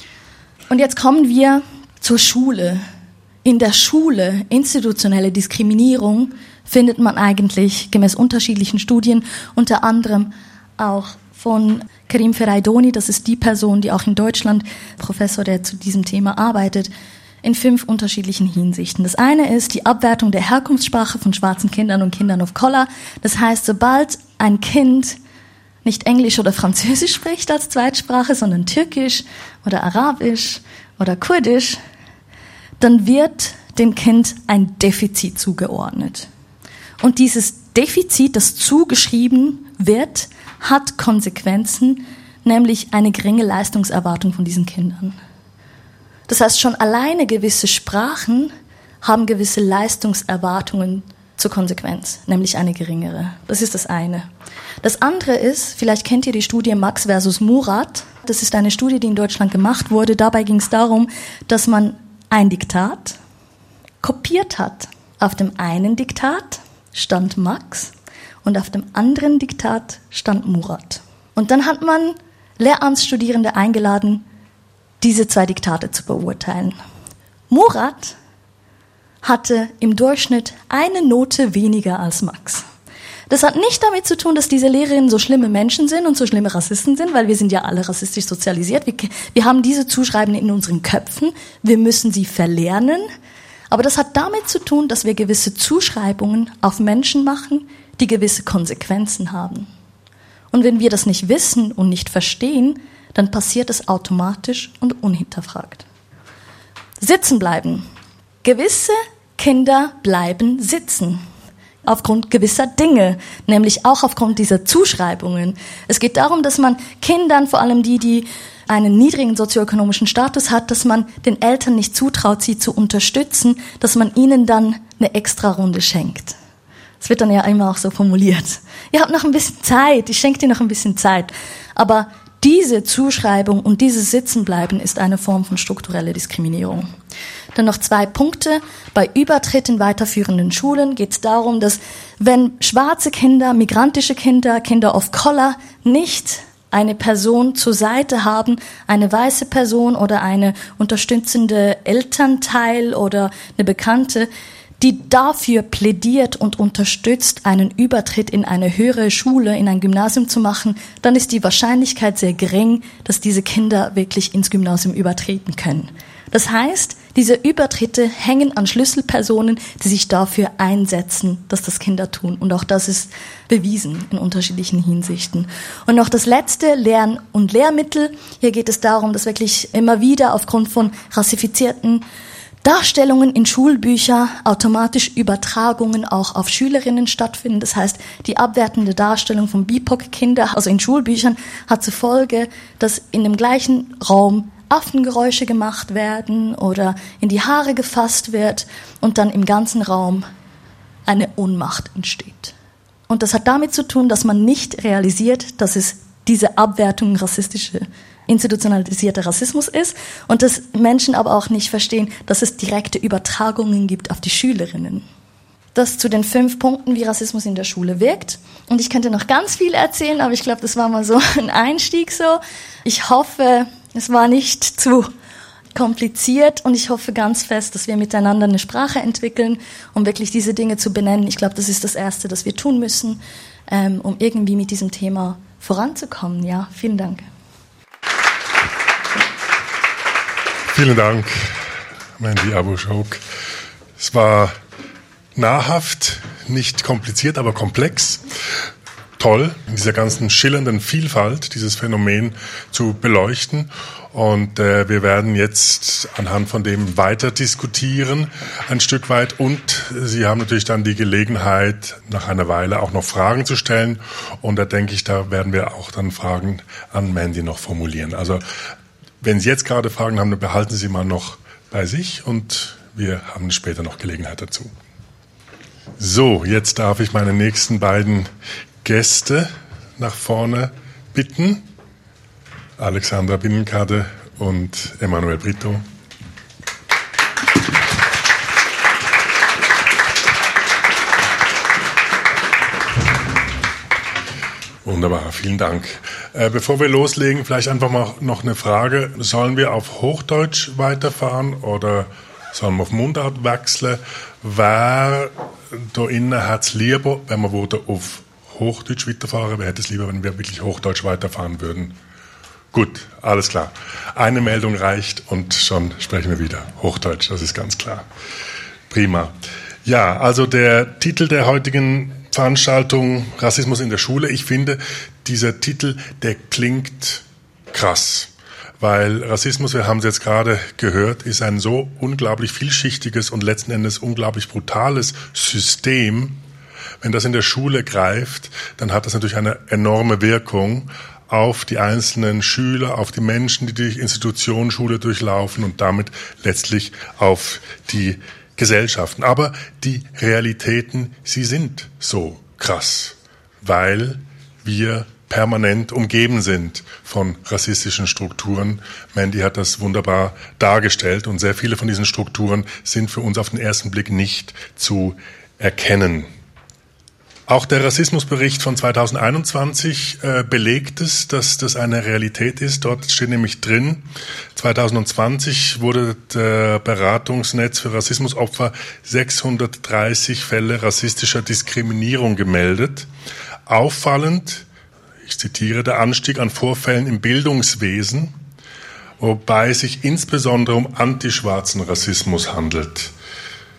Und jetzt kommen wir zur Schule. In der Schule, institutionelle Diskriminierung, findet man eigentlich gemäß unterschiedlichen Studien, unter anderem auch von Karim Feraidoni, das ist die Person, die auch in Deutschland, Professor, der zu diesem Thema arbeitet, in 5 unterschiedlichen Hinsichten. Das eine ist die Abwertung der Herkunftssprache von schwarzen Kindern und Kindern of Color. Das heißt, sobald ein Kind nicht Englisch oder Französisch spricht als Zweitsprache, sondern Türkisch oder Arabisch oder Kurdisch, dann wird dem Kind ein Defizit zugeordnet. Und dieses Defizit, das zugeschrieben wird, hat Konsequenzen, nämlich eine geringe Leistungserwartung von diesen Kindern. Das heißt, schon alleine gewisse Sprachen haben gewisse Leistungserwartungen zur Konsequenz, nämlich eine geringere. Das ist das eine. Das andere ist, vielleicht kennt ihr die Studie Max versus Murat. Das ist eine Studie, die in Deutschland gemacht wurde. Dabei ging es darum, dass man ein Diktat kopiert hat. Auf dem einen Diktat stand Max und auf dem anderen Diktat stand Murat. Und dann hat man Lehramtsstudierende eingeladen, diese 2 Diktate zu beurteilen. Murat hatte im Durchschnitt eine Note weniger als Max. Das hat nicht damit zu tun, dass diese Lehrerinnen so schlimme Menschen sind und so schlimme Rassisten sind, weil wir sind ja alle rassistisch sozialisiert. Wir haben diese Zuschreibungen in unseren Köpfen. Wir müssen sie verlernen. Aber das hat damit zu tun, dass wir gewisse Zuschreibungen auf Menschen machen, die gewisse Konsequenzen haben. Und wenn wir das nicht wissen und nicht verstehen, dann passiert es automatisch und unhinterfragt. Sitzen bleiben. Gewisse Kinder bleiben sitzen. Aufgrund gewisser Dinge, nämlich auch aufgrund dieser Zuschreibungen. Es geht darum, dass man Kindern, vor allem die einen niedrigen sozioökonomischen Status hat, dass man den Eltern nicht zutraut, sie zu unterstützen, dass man ihnen dann eine Extra-Runde schenkt. Das wird dann ja immer auch so formuliert. Ihr habt noch ein bisschen Zeit, ich schenke dir noch ein bisschen Zeit. Aber diese Zuschreibung und dieses Sitzenbleiben ist eine Form von struktureller Diskriminierung. Dann noch 2 Punkte. Bei Übertritt in weiterführenden Schulen geht es darum, dass wenn schwarze Kinder, migrantische Kinder, Kinder of Color nicht eine Person zur Seite haben, eine weiße Person oder eine unterstützende Elternteil oder eine Bekannte, die dafür plädiert und unterstützt, einen Übertritt in eine höhere Schule, in ein Gymnasium zu machen, dann ist die Wahrscheinlichkeit sehr gering, dass diese Kinder wirklich ins Gymnasium übertreten können. Das heißt, diese Übertritte hängen an Schlüsselpersonen, die sich dafür einsetzen, dass das Kinder tun. Und auch das ist bewiesen in unterschiedlichen Hinsichten. Und noch das letzte, Lern- und Lehrmittel. Hier geht es darum, dass wirklich immer wieder aufgrund von rassifizierten Darstellungen in Schulbücher automatisch Übertragungen auch auf Schülerinnen stattfinden. Das heißt, die abwertende Darstellung von BIPOC-Kindern, also in Schulbüchern, hat zur Folge, dass in dem gleichen Raum Affengeräusche gemacht werden oder in die Haare gefasst wird und dann im ganzen Raum eine Ohnmacht entsteht. Und das hat damit zu tun, dass man nicht realisiert, dass es diese Abwertung rassistische, institutionalisierter Rassismus ist und dass Menschen aber auch nicht verstehen, dass es direkte Übertragungen gibt auf die Schülerinnen. Das zu den 5 Punkten, wie Rassismus in der Schule wirkt. Und ich könnte noch ganz viel erzählen, aber ich glaube, das war mal so ein Einstieg so. Ich hoffe, es war nicht zu kompliziert und ich hoffe ganz fest, dass wir miteinander eine Sprache entwickeln, um wirklich diese Dinge zu benennen. Ich glaube, das ist das Erste, das wir tun müssen, um irgendwie mit diesem Thema voranzukommen. Ja, vielen Dank. Vielen Dank, Mandy Abou-Shouk. Es war nahrhaft, nicht kompliziert, aber komplex. Toll, in dieser ganzen schillernden Vielfalt dieses Phänomen zu beleuchten. Und wir werden jetzt anhand von dem weiter diskutieren, ein Stück weit. Und Sie haben natürlich dann die Gelegenheit, nach einer Weile auch noch Fragen zu stellen. Und da denke ich, da werden wir auch dann Fragen an Mandy noch formulieren. Also wenn Sie jetzt gerade Fragen haben, dann behalten Sie mal noch bei sich und wir haben später noch Gelegenheit dazu. So, jetzt darf ich meine nächsten beiden Gäste nach vorne bitten. Alexandra Binnenkade und Emmanuel Brito. Wunderbar, vielen Dank. Bevor wir loslegen, vielleicht einfach mal noch eine Frage. Sollen wir auf Hochdeutsch weiterfahren oder sollen wir auf Mundart wechseln? Wer da innen hat es lieber, wenn wir auf Hochdeutsch weiterfahren? Wer hätte es lieber, wenn wir wirklich Hochdeutsch weiterfahren würden? Gut, alles klar. Eine Meldung reicht und schon sprechen wir wieder. Hochdeutsch, das ist ganz klar. Prima. Ja, also der Titel der heutigen Veranstaltung Rassismus in der Schule. Ich finde, dieser Titel, der klingt krass, weil Rassismus, wir haben es jetzt gerade gehört, ist ein so unglaublich vielschichtiges und letzten Endes unglaublich brutales System. Wenn das in der Schule greift, dann hat das natürlich eine enorme Wirkung auf die einzelnen Schüler, auf die Menschen, die die Institution Schule durchlaufen und damit letztlich auf die Gesellschaften. Aber die Realitäten, sie sind so krass, weil wir permanent umgeben sind von rassistischen Strukturen. Mandy hat das wunderbar dargestellt und sehr viele von diesen Strukturen sind für uns auf den ersten Blick nicht zu erkennen. Auch der Rassismusbericht von 2021 belegt es, dass das eine Realität ist. Dort steht nämlich drin, 2020 wurde der Beratungsnetz für Rassismusopfer 630 Fälle rassistischer Diskriminierung gemeldet. Auffallend, ich zitiere, der Anstieg an Vorfällen im Bildungswesen, wobei es sich insbesondere um antischwarzen Rassismus handelt.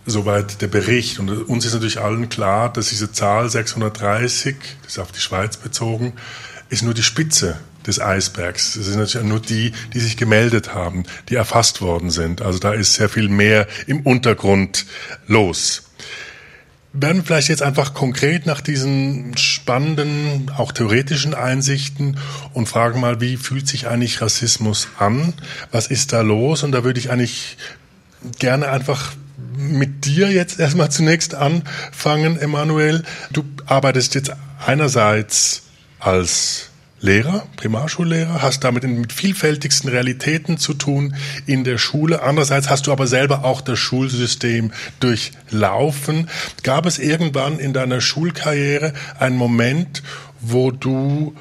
soweit der Bericht. Und uns ist natürlich allen klar, dass diese Zahl 630, das ist auf die Schweiz bezogen, ist nur die Spitze des Eisbergs. Das sind natürlich nur die sich gemeldet haben, die erfasst worden sind. Also da ist sehr viel mehr im Untergrund los. Werden wir vielleicht jetzt einfach konkret nach diesen spannenden, auch theoretischen Einsichten und fragen mal, wie fühlt sich eigentlich Rassismus an? Was ist da los? Und da würde ich eigentlich gerne einfach mit dir jetzt erstmal zunächst anfangen, Emanuel. Du arbeitest jetzt einerseits als Lehrer, Primarschullehrer, hast damit mit vielfältigsten Realitäten zu tun in der Schule. Andererseits hast du aber selber auch das Schulsystem durchlaufen. Gab es irgendwann in deiner Schulkarriere einen Moment, wo du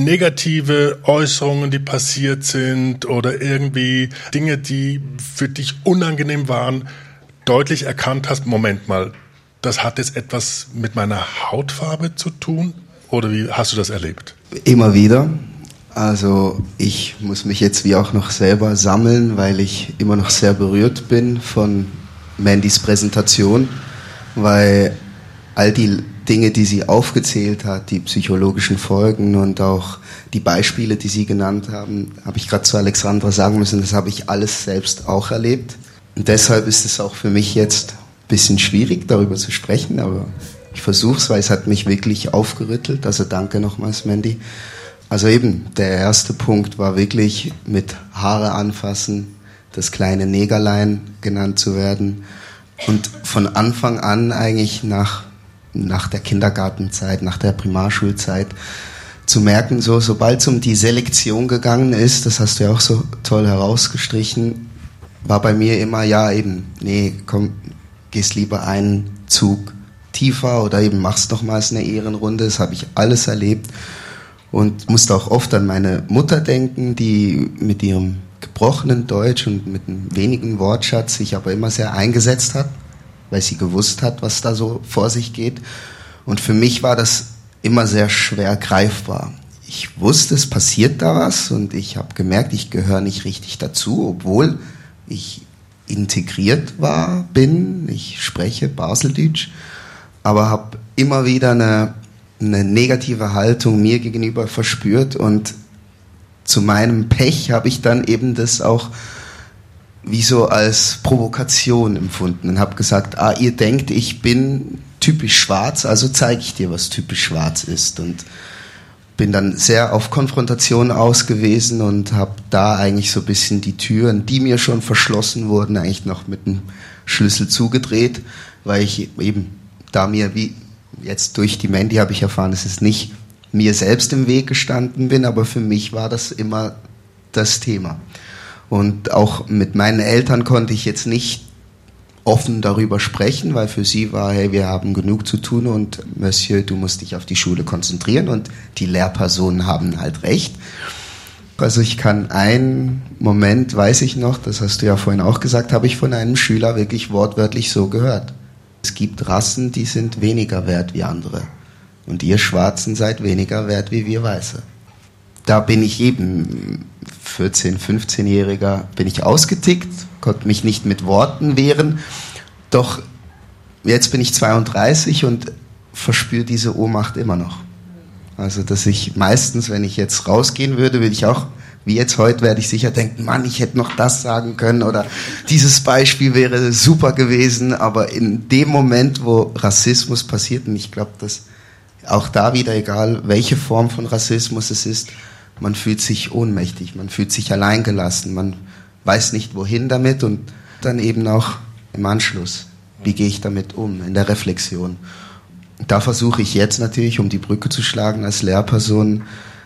negative Äußerungen, die passiert sind oder irgendwie Dinge, die für dich unangenehm waren, deutlich erkannt hast, Moment mal, das hat jetzt etwas mit meiner Hautfarbe zu tun? Oder wie hast du das erlebt? Immer wieder. Also ich muss mich jetzt wie auch noch selber sammeln, weil ich immer noch sehr berührt bin von Mandys Präsentation, weil all die Dinge, die sie aufgezählt hat, die psychologischen Folgen und auch die Beispiele, die sie genannt haben, habe ich gerade zu Alexandra sagen müssen, das habe ich alles selbst auch erlebt. Und deshalb ist es auch für mich jetzt ein bisschen schwierig, darüber zu sprechen, aber ich versuche es, weil es hat mich wirklich aufgerüttelt. Also danke nochmals, Mandy. Also eben, der erste Punkt war wirklich mit Haare anfassen, das kleine Negerlein genannt zu werden. Und von Anfang an eigentlich nach der Kindergartenzeit, nach der Primarschulzeit zu merken, sobald es um die Selektion gegangen ist, das hast du ja auch so toll herausgestrichen, war bei mir immer, ja eben, nee, komm, gehst lieber einen Zug tiefer oder eben machst nochmals eine Ehrenrunde. Das habe ich alles erlebt und musste auch oft an meine Mutter denken, die mit ihrem gebrochenen Deutsch und mit einem wenigen Wortschatz sich aber immer sehr eingesetzt hat, weil sie gewusst hat, was da so vor sich geht. Und für mich war das immer sehr schwer greifbar. Ich wusste, es passiert da was und ich habe gemerkt, ich gehöre nicht richtig dazu, obwohl ich integriert bin. Ich spreche Baseldeutsch, aber habe immer wieder eine negative Haltung mir gegenüber verspürt und zu meinem Pech habe ich dann eben das auch wie so als Provokation empfunden und habe gesagt, ihr denkt, ich bin typisch schwarz, also zeige ich dir, was typisch schwarz ist und bin dann sehr auf Konfrontation aus gewesen und habe da eigentlich so ein bisschen die Türen, die mir schon verschlossen wurden, eigentlich noch mit einem Schlüssel zugedreht, weil ich eben da mir, wie jetzt durch die Mandy habe ich erfahren, dass es nicht mir selbst im Weg gestanden bin, aber für mich war das immer das Thema. Und auch mit meinen Eltern konnte ich jetzt nicht offen darüber sprechen, weil für sie war, hey, wir haben genug zu tun und Monsieur, du musst dich auf die Schule konzentrieren und die Lehrpersonen haben halt recht. Also ich kann einen Moment, weiß ich noch, das hast du ja vorhin auch gesagt, habe ich von einem Schüler wirklich wortwörtlich so gehört. Es gibt Rassen, die sind weniger wert wie andere. Und ihr Schwarzen seid weniger wert wie wir Weiße. Da bin ich eben 14-, 15-Jähriger, bin ich ausgetickt, konnte mich nicht mit Worten wehren. Doch jetzt bin ich 32 und verspüre diese Ohnmacht immer noch. Also dass ich meistens, wenn ich jetzt rausgehen würde ich auch, wie jetzt heute, werde ich sicher denken, Mann, ich hätte noch das sagen können oder dieses Beispiel wäre super gewesen. Aber in dem Moment, wo Rassismus passiert, und ich glaube, dass auch da wieder, egal welche Form von Rassismus es ist, man fühlt sich ohnmächtig, man fühlt sich alleingelassen, man weiß nicht wohin damit und dann eben auch im Anschluss, wie gehe ich damit um, in der Reflexion. Da versuche ich jetzt natürlich, um die Brücke zu schlagen als Lehrperson,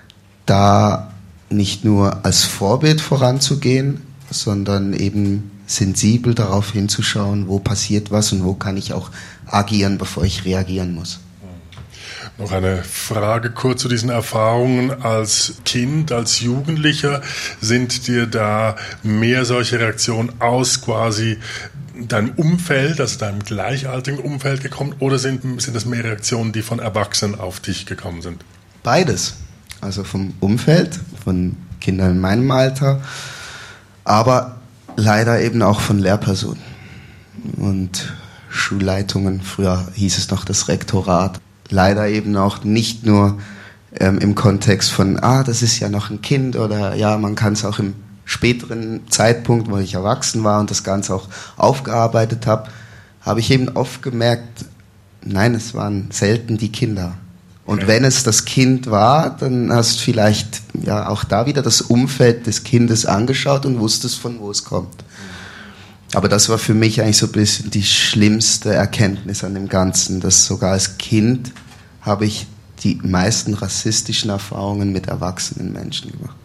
da nicht nur als Vorbild voranzugehen, sondern eben sensibel darauf hinzuschauen, wo passiert was und wo kann ich auch agieren, bevor ich reagieren muss. Noch eine Frage kurz zu diesen Erfahrungen als Kind, als Jugendlicher. Sind dir da mehr solche Reaktionen aus quasi deinem Umfeld, also deinem gleichaltrigen Umfeld gekommen oder sind das mehr Reaktionen, die von Erwachsenen auf dich gekommen sind? Beides. Also vom Umfeld, von Kindern in meinem Alter, aber leider eben auch von Lehrpersonen. Und Schulleitungen, früher hieß es noch das Rektorat, leider eben auch nicht nur im Kontext von, das ist ja noch ein Kind oder ja, man kann es auch im späteren Zeitpunkt, wo ich erwachsen war und das Ganze auch aufgearbeitet habe ich eben oft gemerkt, nein, es waren selten die Kinder. Und wenn es das Kind war, dann hast du vielleicht ja auch da wieder das Umfeld des Kindes angeschaut und wusstest, von wo es kommt. Aber das war für mich eigentlich so ein bisschen die schlimmste Erkenntnis an dem Ganzen, dass sogar als Kind habe ich die meisten rassistischen Erfahrungen mit erwachsenen Menschen gemacht.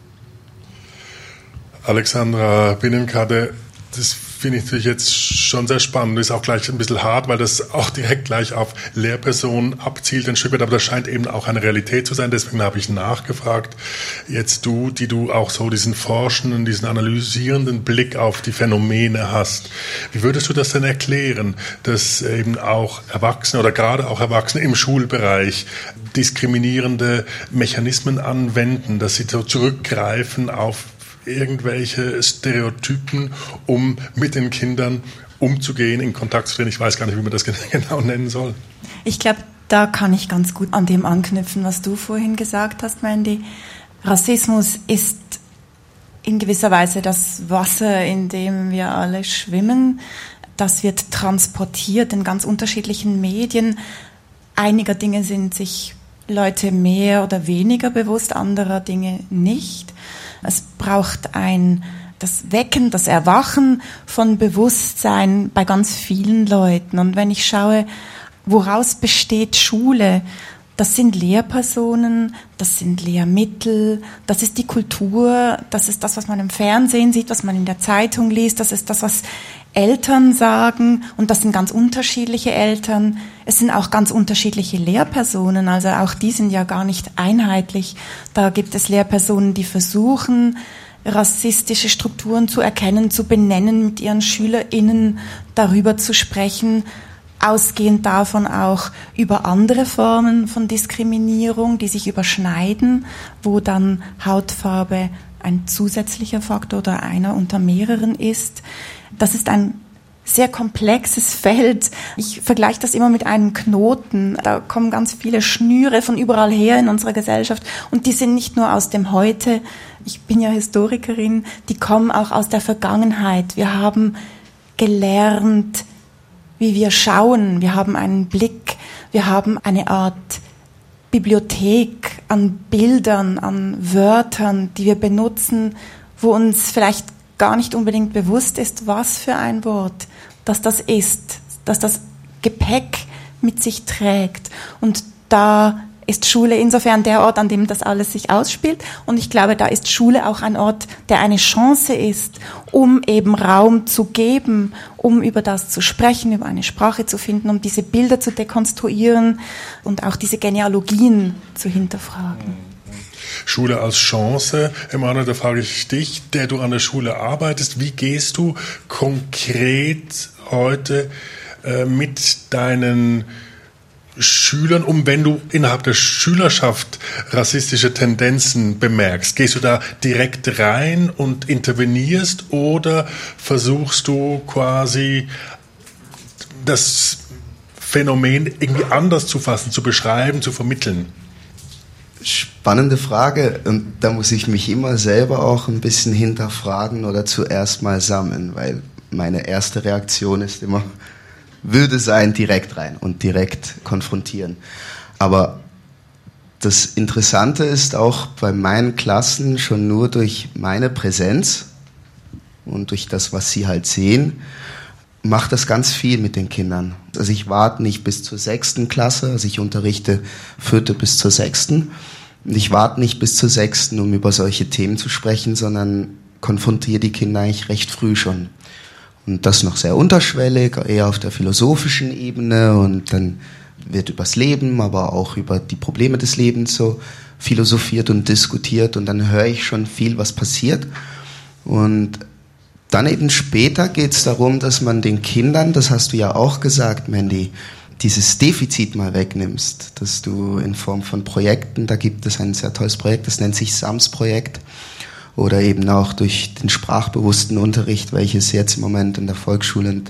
Alexandra Binnenkade, das finde ich natürlich jetzt schon sehr spannend. Das ist auch gleich ein bisschen hart, weil das auch direkt gleich auf Lehrpersonen abzielt ein Stück weit, aber das scheint eben auch eine Realität zu sein. Deswegen habe ich nachgefragt, jetzt die du auch so diesen forschenden, diesen analysierenden Blick auf die Phänomene hast. Wie würdest du das denn erklären, dass eben auch Erwachsene oder gerade auch Erwachsene im Schulbereich diskriminierende Mechanismen anwenden, dass sie so zurückgreifen auf irgendwelche Stereotypen, um mit den Kindern umzugehen, in Kontakt zu treten? Ich weiß gar nicht, wie man das genau nennen soll. Ich glaube, da kann ich ganz gut an dem anknüpfen, was du vorhin gesagt hast, Mandy. Rassismus ist in gewisser Weise das Wasser, in dem wir alle schwimmen. Das wird transportiert in ganz unterschiedlichen Medien. Einiger Dinge sind sich Leute mehr oder weniger bewusst, anderer Dinge nicht. Es braucht das Wecken, das Erwachen von Bewusstsein bei ganz vielen Leuten. Und wenn ich schaue, woraus besteht Schule, das sind Lehrpersonen, das sind Lehrmittel, das ist die Kultur, das ist das, was man im Fernsehen sieht, was man in der Zeitung liest, das ist das, was Eltern sagen, und das sind ganz unterschiedliche Eltern. Es sind auch ganz unterschiedliche Lehrpersonen, also auch die sind ja gar nicht einheitlich. Da gibt es Lehrpersonen, die versuchen, rassistische Strukturen zu erkennen, zu benennen, mit ihren SchülerInnen darüber zu sprechen, ausgehend davon auch über andere Formen von Diskriminierung, die sich überschneiden, wo dann Hautfarbe ein zusätzlicher Faktor oder einer unter mehreren ist. Das ist ein sehr komplexes Feld. Ich vergleiche das immer mit einem Knoten. Da kommen ganz viele Schnüre von überall her in unserer Gesellschaft und die sind nicht nur aus dem Heute. Ich bin ja Historikerin, die kommen auch aus der Vergangenheit. Wir haben gelernt, wie wir schauen. Wir haben einen Blick, wir haben eine Art Bibliothek an Bildern, an Wörtern, die wir benutzen, wo uns vielleicht gar nicht unbedingt bewusst ist, was für ein Wort, dass das ist, dass das Gepäck mit sich trägt. Und da ist Schule insofern der Ort, an dem das alles sich ausspielt. Und ich glaube, da ist Schule auch ein Ort, der eine Chance ist, um eben Raum zu geben, um über das zu sprechen, über eine Sprache zu finden, um diese Bilder zu dekonstruieren und auch diese Genealogien zu hinterfragen. Schule als Chance. Emanuel, da frage ich dich, der du an der Schule arbeitest, wie gehst du konkret heute mit deinen Schülern um, wenn du innerhalb der Schülerschaft rassistische Tendenzen bemerkst? Gehst du da direkt rein und intervenierst oder versuchst du quasi das Phänomen irgendwie anders zu fassen, zu beschreiben, zu vermitteln? Spannende Frage, und da muss ich mich immer selber auch ein bisschen hinterfragen oder zuerst mal sammeln, weil meine erste Reaktion ist immer, würde sein, direkt rein und direkt konfrontieren. Aber das Interessante ist auch bei meinen Klassen schon nur durch meine Präsenz und durch das, was sie halt sehen, macht das ganz viel mit den Kindern. Also ich warte nicht bis zur 6. Klasse, also ich unterrichte 4. bis zur 6. Und ich warte nicht bis zur 6., um über solche Themen zu sprechen, sondern konfrontiere die Kinder eigentlich recht früh schon. Und das noch sehr unterschwellig, eher auf der philosophischen Ebene, und dann wird übers Leben, aber auch über die Probleme des Lebens so philosophiert und diskutiert, und dann höre ich schon viel, was passiert. Und dann eben später geht es darum, dass man den Kindern, das hast du ja auch gesagt, Mandy, dieses Defizit mal wegnimmst, dass du in Form von Projekten, da gibt es ein sehr tolles Projekt, das nennt sich SAMS-Projekt, oder eben auch durch den sprachbewussten Unterricht, welches jetzt im Moment in der Volksschule und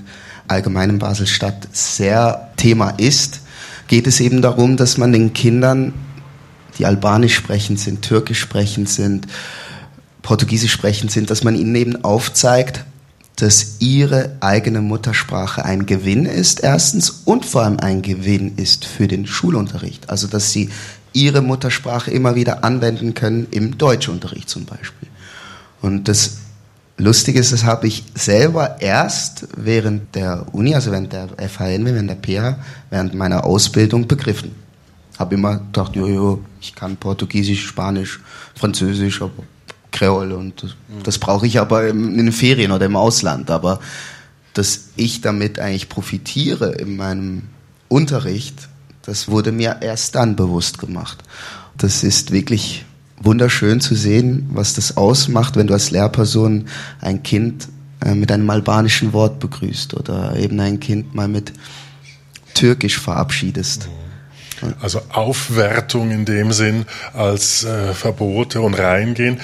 allgemein in Basel-Stadt sehr Thema ist, geht es eben darum, dass man den Kindern, die albanisch sprechend sind, türkisch sprechend sind, portugiesisch sprechend sind, dass man ihnen eben aufzeigt, dass ihre eigene Muttersprache ein Gewinn ist, erstens, und vor allem ein Gewinn ist für den Schulunterricht. Also, dass sie ihre Muttersprache immer wieder anwenden können im Deutschunterricht zum Beispiel. Und das Lustige ist, das habe ich selber erst während der Uni, also während der FHNW, während der PH, während meiner Ausbildung begriffen. Habe immer gedacht, ich kann Portugiesisch, Spanisch, Französisch, aber Kreole und das brauche ich aber in den Ferien oder im Ausland. Aber dass ich damit eigentlich profitiere in meinem Unterricht, das wurde mir erst dann bewusst gemacht. Das ist wirklich wunderschön zu sehen, was das ausmacht, wenn du als Lehrperson ein Kind mit einem albanischen Wort begrüßt oder eben ein Kind mal mit Türkisch verabschiedest. Also Aufwertung in dem Sinn als Verbote und Reingehen.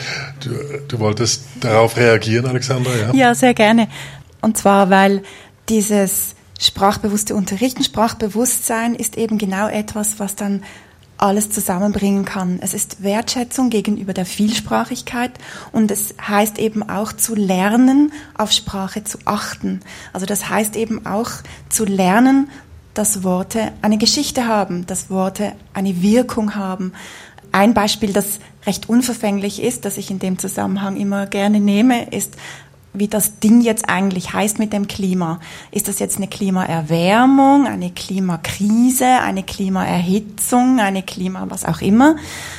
Du wolltest darauf reagieren, Alexandra? Ja? Ja, sehr gerne. Und zwar, weil dieses sprachbewusste Unterrichten, Sprachbewusstsein ist eben genau etwas, was dann alles zusammenbringen kann. Es ist Wertschätzung gegenüber der Vielsprachigkeit und es heißt eben auch zu lernen, auf Sprache zu achten. Also das heißt eben auch zu lernen, dass Worte eine Geschichte haben, dass Worte eine Wirkung haben. Ein Beispiel, das recht unverfänglich ist, das ich in dem Zusammenhang immer gerne nehme, ist, wie das Ding jetzt eigentlich heißt mit dem Klima. Ist das jetzt eine Klimaerwärmung, eine Klimakrise, eine Klimaerhitzung, eine was auch immer?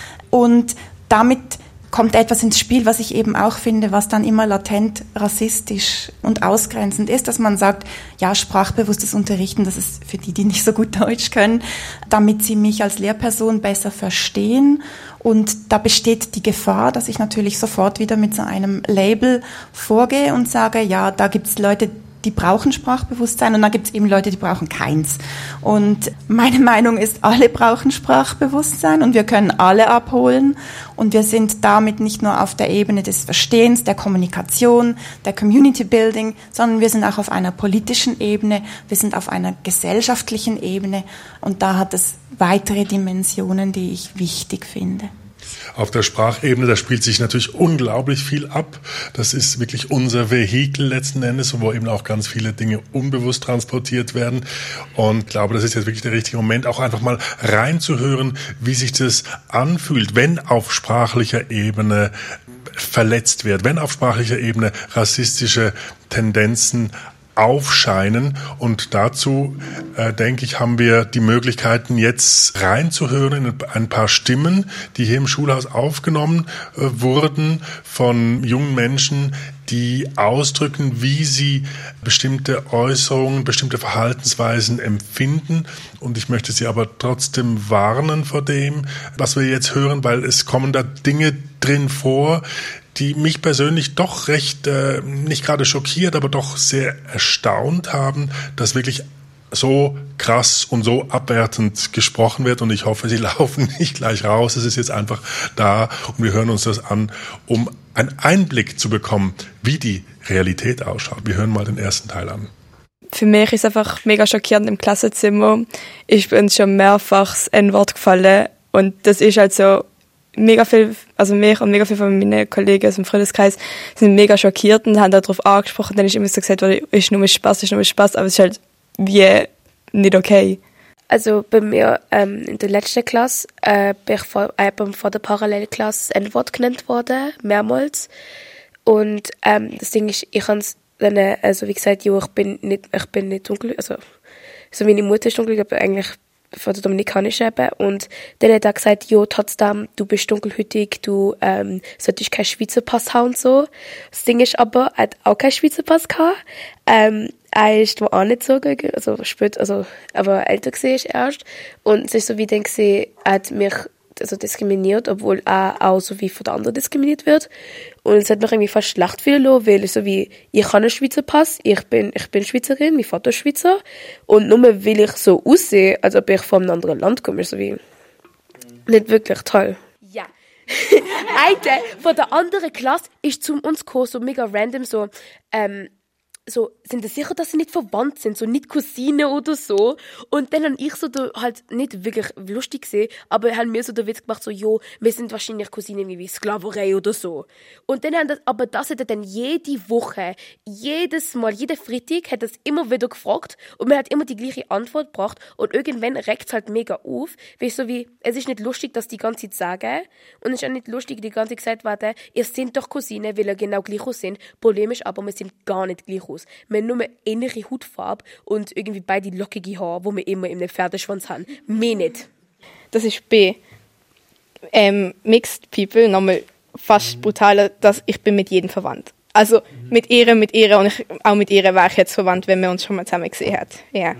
Und damit kommt etwas ins Spiel, was ich eben auch finde, was dann immer latent rassistisch und ausgrenzend ist, dass man sagt, ja, sprachbewusstes Unterrichten, das ist für die nicht so gut Deutsch können, damit sie mich als Lehrperson besser verstehen. Und da besteht die Gefahr, dass ich natürlich sofort wieder mit so einem Label vorgehe und sage, ja, da gibt's Leute, die brauchen Sprachbewusstsein und dann gibt es eben Leute, die brauchen keins. Und meine Meinung ist, alle brauchen Sprachbewusstsein und wir können alle abholen und wir sind damit nicht nur auf der Ebene des Verstehens, der Kommunikation, der Community Building, sondern wir sind auch auf einer politischen Ebene, wir sind auf einer gesellschaftlichen Ebene und da hat es weitere Dimensionen, die ich wichtig finde. Auf der Sprachebene, da spielt sich natürlich unglaublich viel ab. Das ist wirklich unser Vehikel letzten Endes, wo eben auch ganz viele Dinge unbewusst transportiert werden. Und ich glaube, das ist jetzt wirklich der richtige Moment, auch einfach mal reinzuhören, wie sich das anfühlt, wenn auf sprachlicher Ebene verletzt wird, wenn auf sprachlicher Ebene rassistische Tendenzen aufscheinen. Und dazu, denke ich, haben wir die Möglichkeiten, jetzt reinzuhören in ein paar Stimmen, die hier im Schulhaus aufgenommen wurden von jungen Menschen, die ausdrücken, wie sie bestimmte Äußerungen, bestimmte Verhaltensweisen empfinden. Und ich möchte Sie aber trotzdem warnen vor dem, was wir jetzt hören, weil es kommen da Dinge drin vor, die mich persönlich doch recht, nicht gerade schockiert, aber doch sehr erstaunt haben, dass wirklich so krass und so abwertend gesprochen wird. Und ich hoffe, Sie laufen nicht gleich raus. Es ist jetzt einfach da und wir hören uns das an, um einen Einblick zu bekommen, wie die Realität ausschaut. Wir hören mal den ersten Teil an. Für mich ist es einfach mega schockierend im Klassenzimmer. Ich bin schon mehrfach das N-Wort gefallen und das ist halt so mega viel, also mich und mega viele von meinen Kollegen aus dem Freundeskreis sind mega schockiert und haben darauf angesprochen, dann ist immer so gesagt worden, ist nur Spaß, aber es ist halt wie nicht okay. Also bei mir in der letzten Klasse bin ich vor der Parallelklasse das N-Wort genannt worden, mehrmals. Und das Ding ist, ich kann es dann, also wie gesagt, ich bin nicht dunkel, also so meine Mutter ist dunkel, aber eigentlich von der dominikanischen eben. Und dann hat er gesagt, jo, trotzdem, du bist dunkelhütig, du solltest keinen Schweizer Pass haben und so. Das Ding ist aber, er hat auch keinen Schweizer Pass gehabt. Er ist auch nicht so, also spät, also, aber älter war ich erst. Und es ist so wie dann gesehen, er hat mich also diskriminiert, obwohl er auch so wie von den anderen diskriminiert wird. Und es hat mich irgendwie fast schlecht fühlen lassen, weil ich so wie, ich habe einen Schweizer Pass, ich bin Schweizerin, mein Vater ist Schweizer. Und nur weil ich so aussehe, als ob ich von einem anderen Land komme, ist so wie nicht wirklich toll. Ja. Eine von der anderen Klasse ist zu uns gekommen, so mega random, so, so, sind das sicher, dass sie nicht verwandt sind, so nicht Cousine oder so. Und dann habe ich so da halt nicht wirklich lustig gesehen, aber haben mir so den Witz gemacht, so, jo, wir sind wahrscheinlich Cousinen wie Sklaverei oder so. Und dann aber das hat er dann jede Woche, jedes Mal, jeden Freitag hat er es immer wieder gefragt und man hat immer die gleiche Antwort gebracht und irgendwann regt es halt mega auf, weil so wie, es ist nicht lustig, dass die ganze Zeit sagen und es ist auch nicht lustig, die ganze Zeit gesagt werden, ihr sind doch Cousinen, weil ihr genau gleich aus sind. Problem ist aber, wir sind gar nicht gleich aus. Wir haben nur eine ähnliche Hautfarbe und irgendwie beide lockige Haare, die wir immer in einem Pferdeschwanz haben. Mehr nicht. Das ist B. Mixed People, nochmal fast brutaler, dass ich bin mit jedem verwandt. Also mit ihr und auch mit ihr wäre ich jetzt verwandt, wenn wir uns schon mal zusammen gesehen hätten. Ja.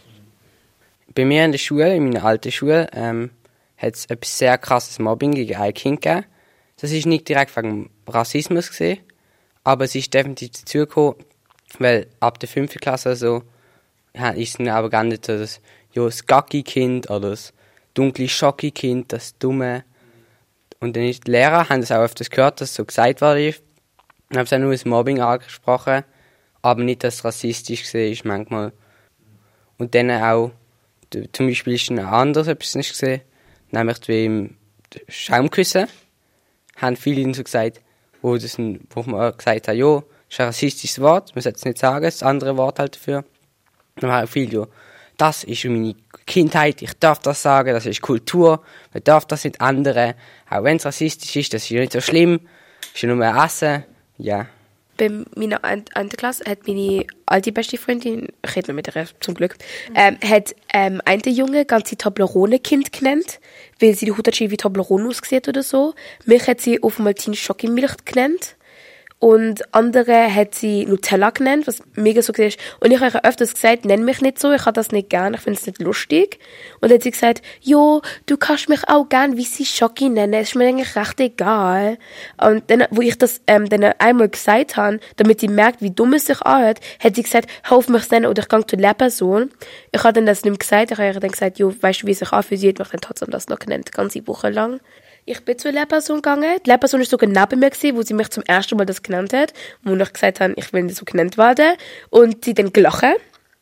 Bei mir in der Schule, in meiner alten Schule, hat es etwas sehr krasses Mobbing gegen ein Kind gegeben. Das ist nicht direkt wegen Rassismus gesehen, aber es ist definitiv dazu gekommen, weil ab der 5. Klasse also, ist es aber gar nicht so das Gacki-Kind oder das dunkle Schocki-Kind, das Dumme. Und dann die Lehrer haben das auch öfters gehört, dass so gesagt wurde. Ich habe es auch nur als Mobbing angesprochen, aber nicht, dass es rassistisch gesehen ist manchmal. Und dann auch, zum Beispiel ist ein anderes etwas nicht gesehen, nämlich wie im Schaumküssen, haben viele so gesagt, wo man gesagt hat, ja, das ist ein rassistisches Wort, man sollte es nicht sagen, das andere Wort halt dafür. Dann haben viele, ja, das ist meine Kindheit, ich darf das sagen, das ist Kultur, man darf das nicht ändern, auch wenn es rassistisch ist, das ist ja nicht so schlimm, ist ja nur ein Essen, ja. Bei meiner 1. Klasse hat meine alte beste Freundin, ich rede noch mit ihr zum Glück, hat einen Junge ganze Toblerone-Kind genannt, weil sie die Haut wie Toblerone ausgesehen oder so. Mich hat sie auf Maltin Schokimilch genannt. Und andere hat sie Nutella genannt, was mega so ist. Und ich habe öfters gesagt, nenn mich nicht so, ich habe das nicht gern, ich finde es nicht lustig. Und dann hat sie gesagt, jo, du kannst mich auch gern wie sie Schoki nennen, es ist mir eigentlich recht egal. Und dann, wo ich das dann einmal gesagt habe, damit sie merkt, wie dumm es sich anhört, hat sie gesagt, hör auf mich zu nennen oder ich gehe zur Lehrperson. Ich habe dann das nicht mehr gesagt, ich habe ihr dann gesagt, jo, weißt du, wie es sich anfühlt, sie hat mich dann trotzdem das noch genannt, ganze Woche lang. Ich bin zur Lehrperson gegangen. Die Lehrperson war sogar neben mir, wo sie mich zum ersten Mal das genannt hat. Wo ich gesagt habe, ich will nicht so genannt werden. Und sie dann gelacht.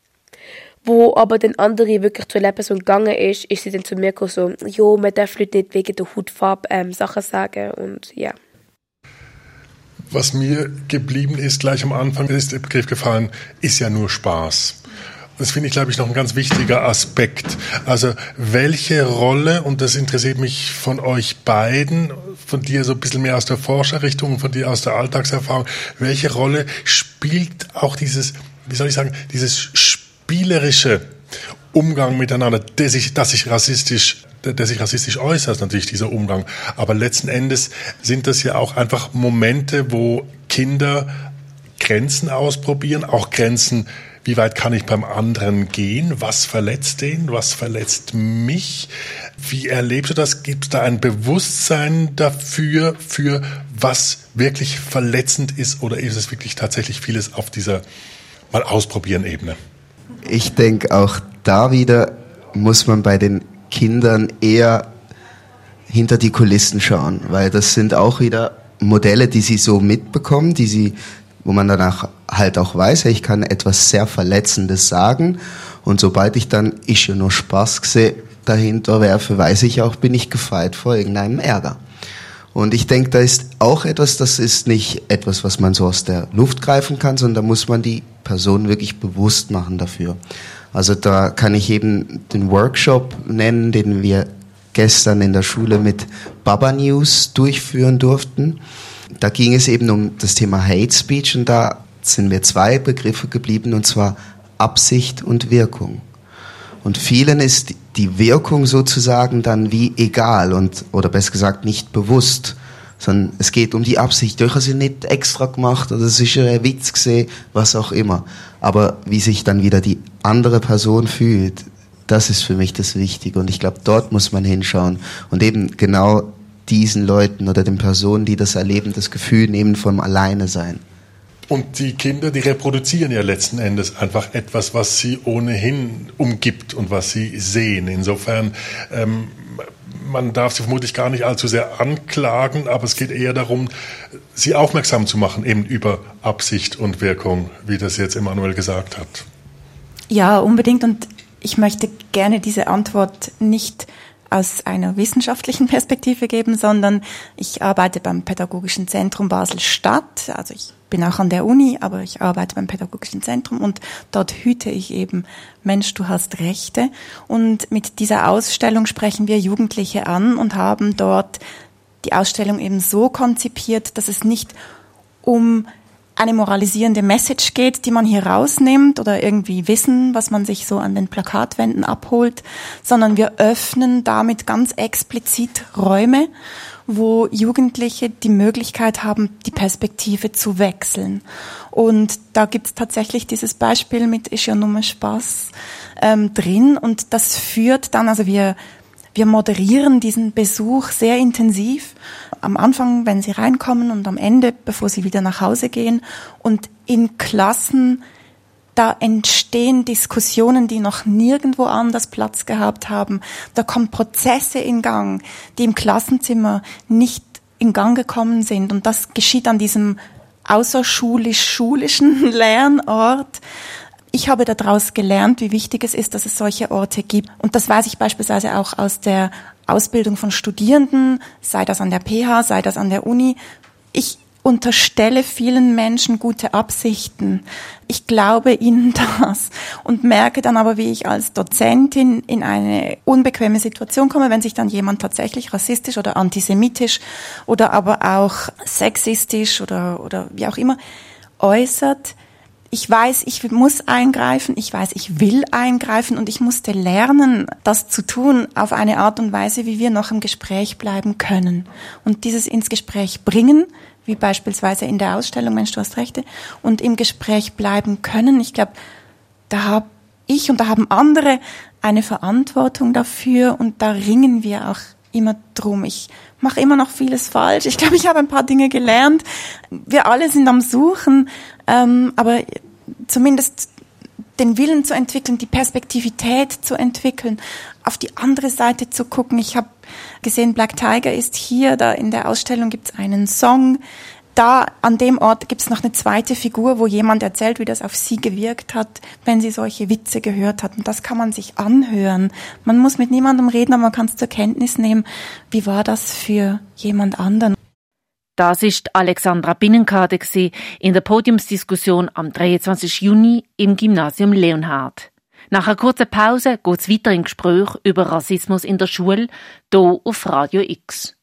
Wo aber dann andere wirklich zur Lehrperson gegangen ist sie dann zu mir gekommen, so, jo, man darf Leute nicht wegen der Hautfarbe Sachen sagen. Und ja. Was mir geblieben ist, gleich am Anfang ist der Begriff gefallen, ist ja nur Spaß. Das finde ich, glaube ich, noch ein ganz wichtiger Aspekt. Also welche Rolle, und das interessiert mich von euch beiden, von dir so ein bisschen mehr aus der Forscherrichtung, von dir aus der Alltagserfahrung, welche Rolle spielt auch dieses, wie soll ich sagen, dieses spielerische Umgang miteinander, der sich rassistisch äußert, natürlich dieser Umgang. Aber letzten Endes sind das ja auch einfach Momente, wo Kinder Grenzen ausprobieren, auch Grenzen. Wie weit kann ich beim anderen gehen? Was verletzt den? Was verletzt mich? Wie erlebst du das? Gibt es da ein Bewusstsein dafür, für was wirklich verletzend ist? Oder ist es wirklich tatsächlich vieles auf dieser mal ausprobieren Ebene? Ich denke, auch da wieder muss man bei den Kindern eher hinter die Kulissen schauen, weil das sind auch wieder Modelle, die sie so mitbekommen, wo man danach halt auch weiß, ich kann etwas sehr Verletzendes sagen und sobald ich dann ist ja nur Spaß gesehen dahinter werfe, weiß ich auch, bin ich gefeit vor irgendeinem Ärger. Und ich denke, da ist auch etwas, das ist nicht etwas, was man so aus der Luft greifen kann, sondern da muss man die Person wirklich bewusst machen dafür. Also da kann ich eben den Workshop nennen, den wir gestern in der Schule mit Baba News durchführen durften. Da ging es eben um das Thema Hate Speech und da sind mir 2 Begriffe geblieben, und zwar Absicht und Wirkung. Und vielen ist die Wirkung sozusagen dann wie egal oder besser gesagt nicht bewusst, sondern es geht um die Absicht. Ich habe sie nicht extra gemacht oder es ist ein Witz gesehen, was auch immer. Aber wie sich dann wieder die andere Person fühlt, das ist für mich das Wichtige. Und ich glaube, dort muss man hinschauen und eben genau diesen Leuten oder den Personen, die das erleben, das Gefühl nehmen vom Alleine-Sein. Und die Kinder, die reproduzieren ja letzten Endes einfach etwas, was sie ohnehin umgibt und was sie sehen. Insofern man darf sie vermutlich gar nicht allzu sehr anklagen, aber es geht eher darum, sie aufmerksam zu machen, eben über Absicht und Wirkung, wie das jetzt Emanuel gesagt hat. Ja, unbedingt. Und ich möchte gerne diese Antwort nicht aus einer wissenschaftlichen Perspektive geben, sondern ich arbeite beim Pädagogischen Zentrum Basel-Stadt. Also ich bin auch an der Uni, aber ich arbeite beim Pädagogischen Zentrum und dort hüte ich eben Mensch, du hast Rechte. Und mit dieser Ausstellung sprechen wir Jugendliche an und haben dort die Ausstellung eben so konzipiert, dass es nicht um eine moralisierende Message geht, die man hier rausnimmt oder irgendwie Wissen, was man sich so an den Plakatwänden abholt, sondern wir öffnen damit ganz explizit Räume, wo Jugendliche die Möglichkeit haben, die Perspektive zu wechseln. Und da gibt's tatsächlich dieses Beispiel mit «Ist ja nur Spaß» drin und das führt dann, also wir moderieren diesen Besuch sehr intensiv. Am Anfang, wenn sie reinkommen und am Ende, bevor sie wieder nach Hause gehen. Und in Klassen, da entstehen Diskussionen, die noch nirgendwo anders Platz gehabt haben. Da kommen Prozesse in Gang, die im Klassenzimmer nicht in Gang gekommen sind. Und das geschieht an diesem außerschulisch-schulischen Lernort. Ich habe daraus gelernt, wie wichtig es ist, dass es solche Orte gibt. Und das weiß ich beispielsweise auch aus der Ausbildung von Studierenden, sei das an der PH, sei das an der Uni. Ich unterstelle vielen Menschen gute Absichten. Ich glaube ihnen das und merke dann aber, wie ich als Dozentin in eine unbequeme Situation komme, wenn sich dann jemand tatsächlich rassistisch oder antisemitisch oder aber auch sexistisch oder wie auch immer äußert. Ich weiß, ich muss eingreifen, ich weiß, ich will eingreifen und ich musste lernen, das zu tun auf eine Art und Weise, wie wir noch im Gespräch bleiben können. Und dieses ins Gespräch bringen, wie beispielsweise in der Ausstellung Mensch, du hast Rechte, und im Gespräch bleiben können. Ich glaube, da habe ich und da haben andere eine Verantwortung dafür und da ringen wir auch immer drum. Ich mache immer noch vieles falsch. Ich glaube, ich habe ein paar Dinge gelernt. Wir alle sind am Suchen, aber zumindest den Willen zu entwickeln, die Perspektivität zu entwickeln, auf die andere Seite zu gucken. Ich habe gesehen, Black Tiger ist hier, da in der Ausstellung gibt es einen Song. Da an dem Ort gibt es noch eine zweite Figur, wo jemand erzählt, wie das auf sie gewirkt hat, wenn sie solche Witze gehört hat. Und das kann man sich anhören. Man muss mit niemandem reden, aber man kann es zur Kenntnis nehmen. Wie war das für jemand anderen? Das ist Alexandra Binnenkade in der Podiumsdiskussion am 23. Juni im Gymnasium Leonhard. Nach einer kurzen Pause geht es weiter im Gespräch über Rassismus in der Schule, hier auf Radio X.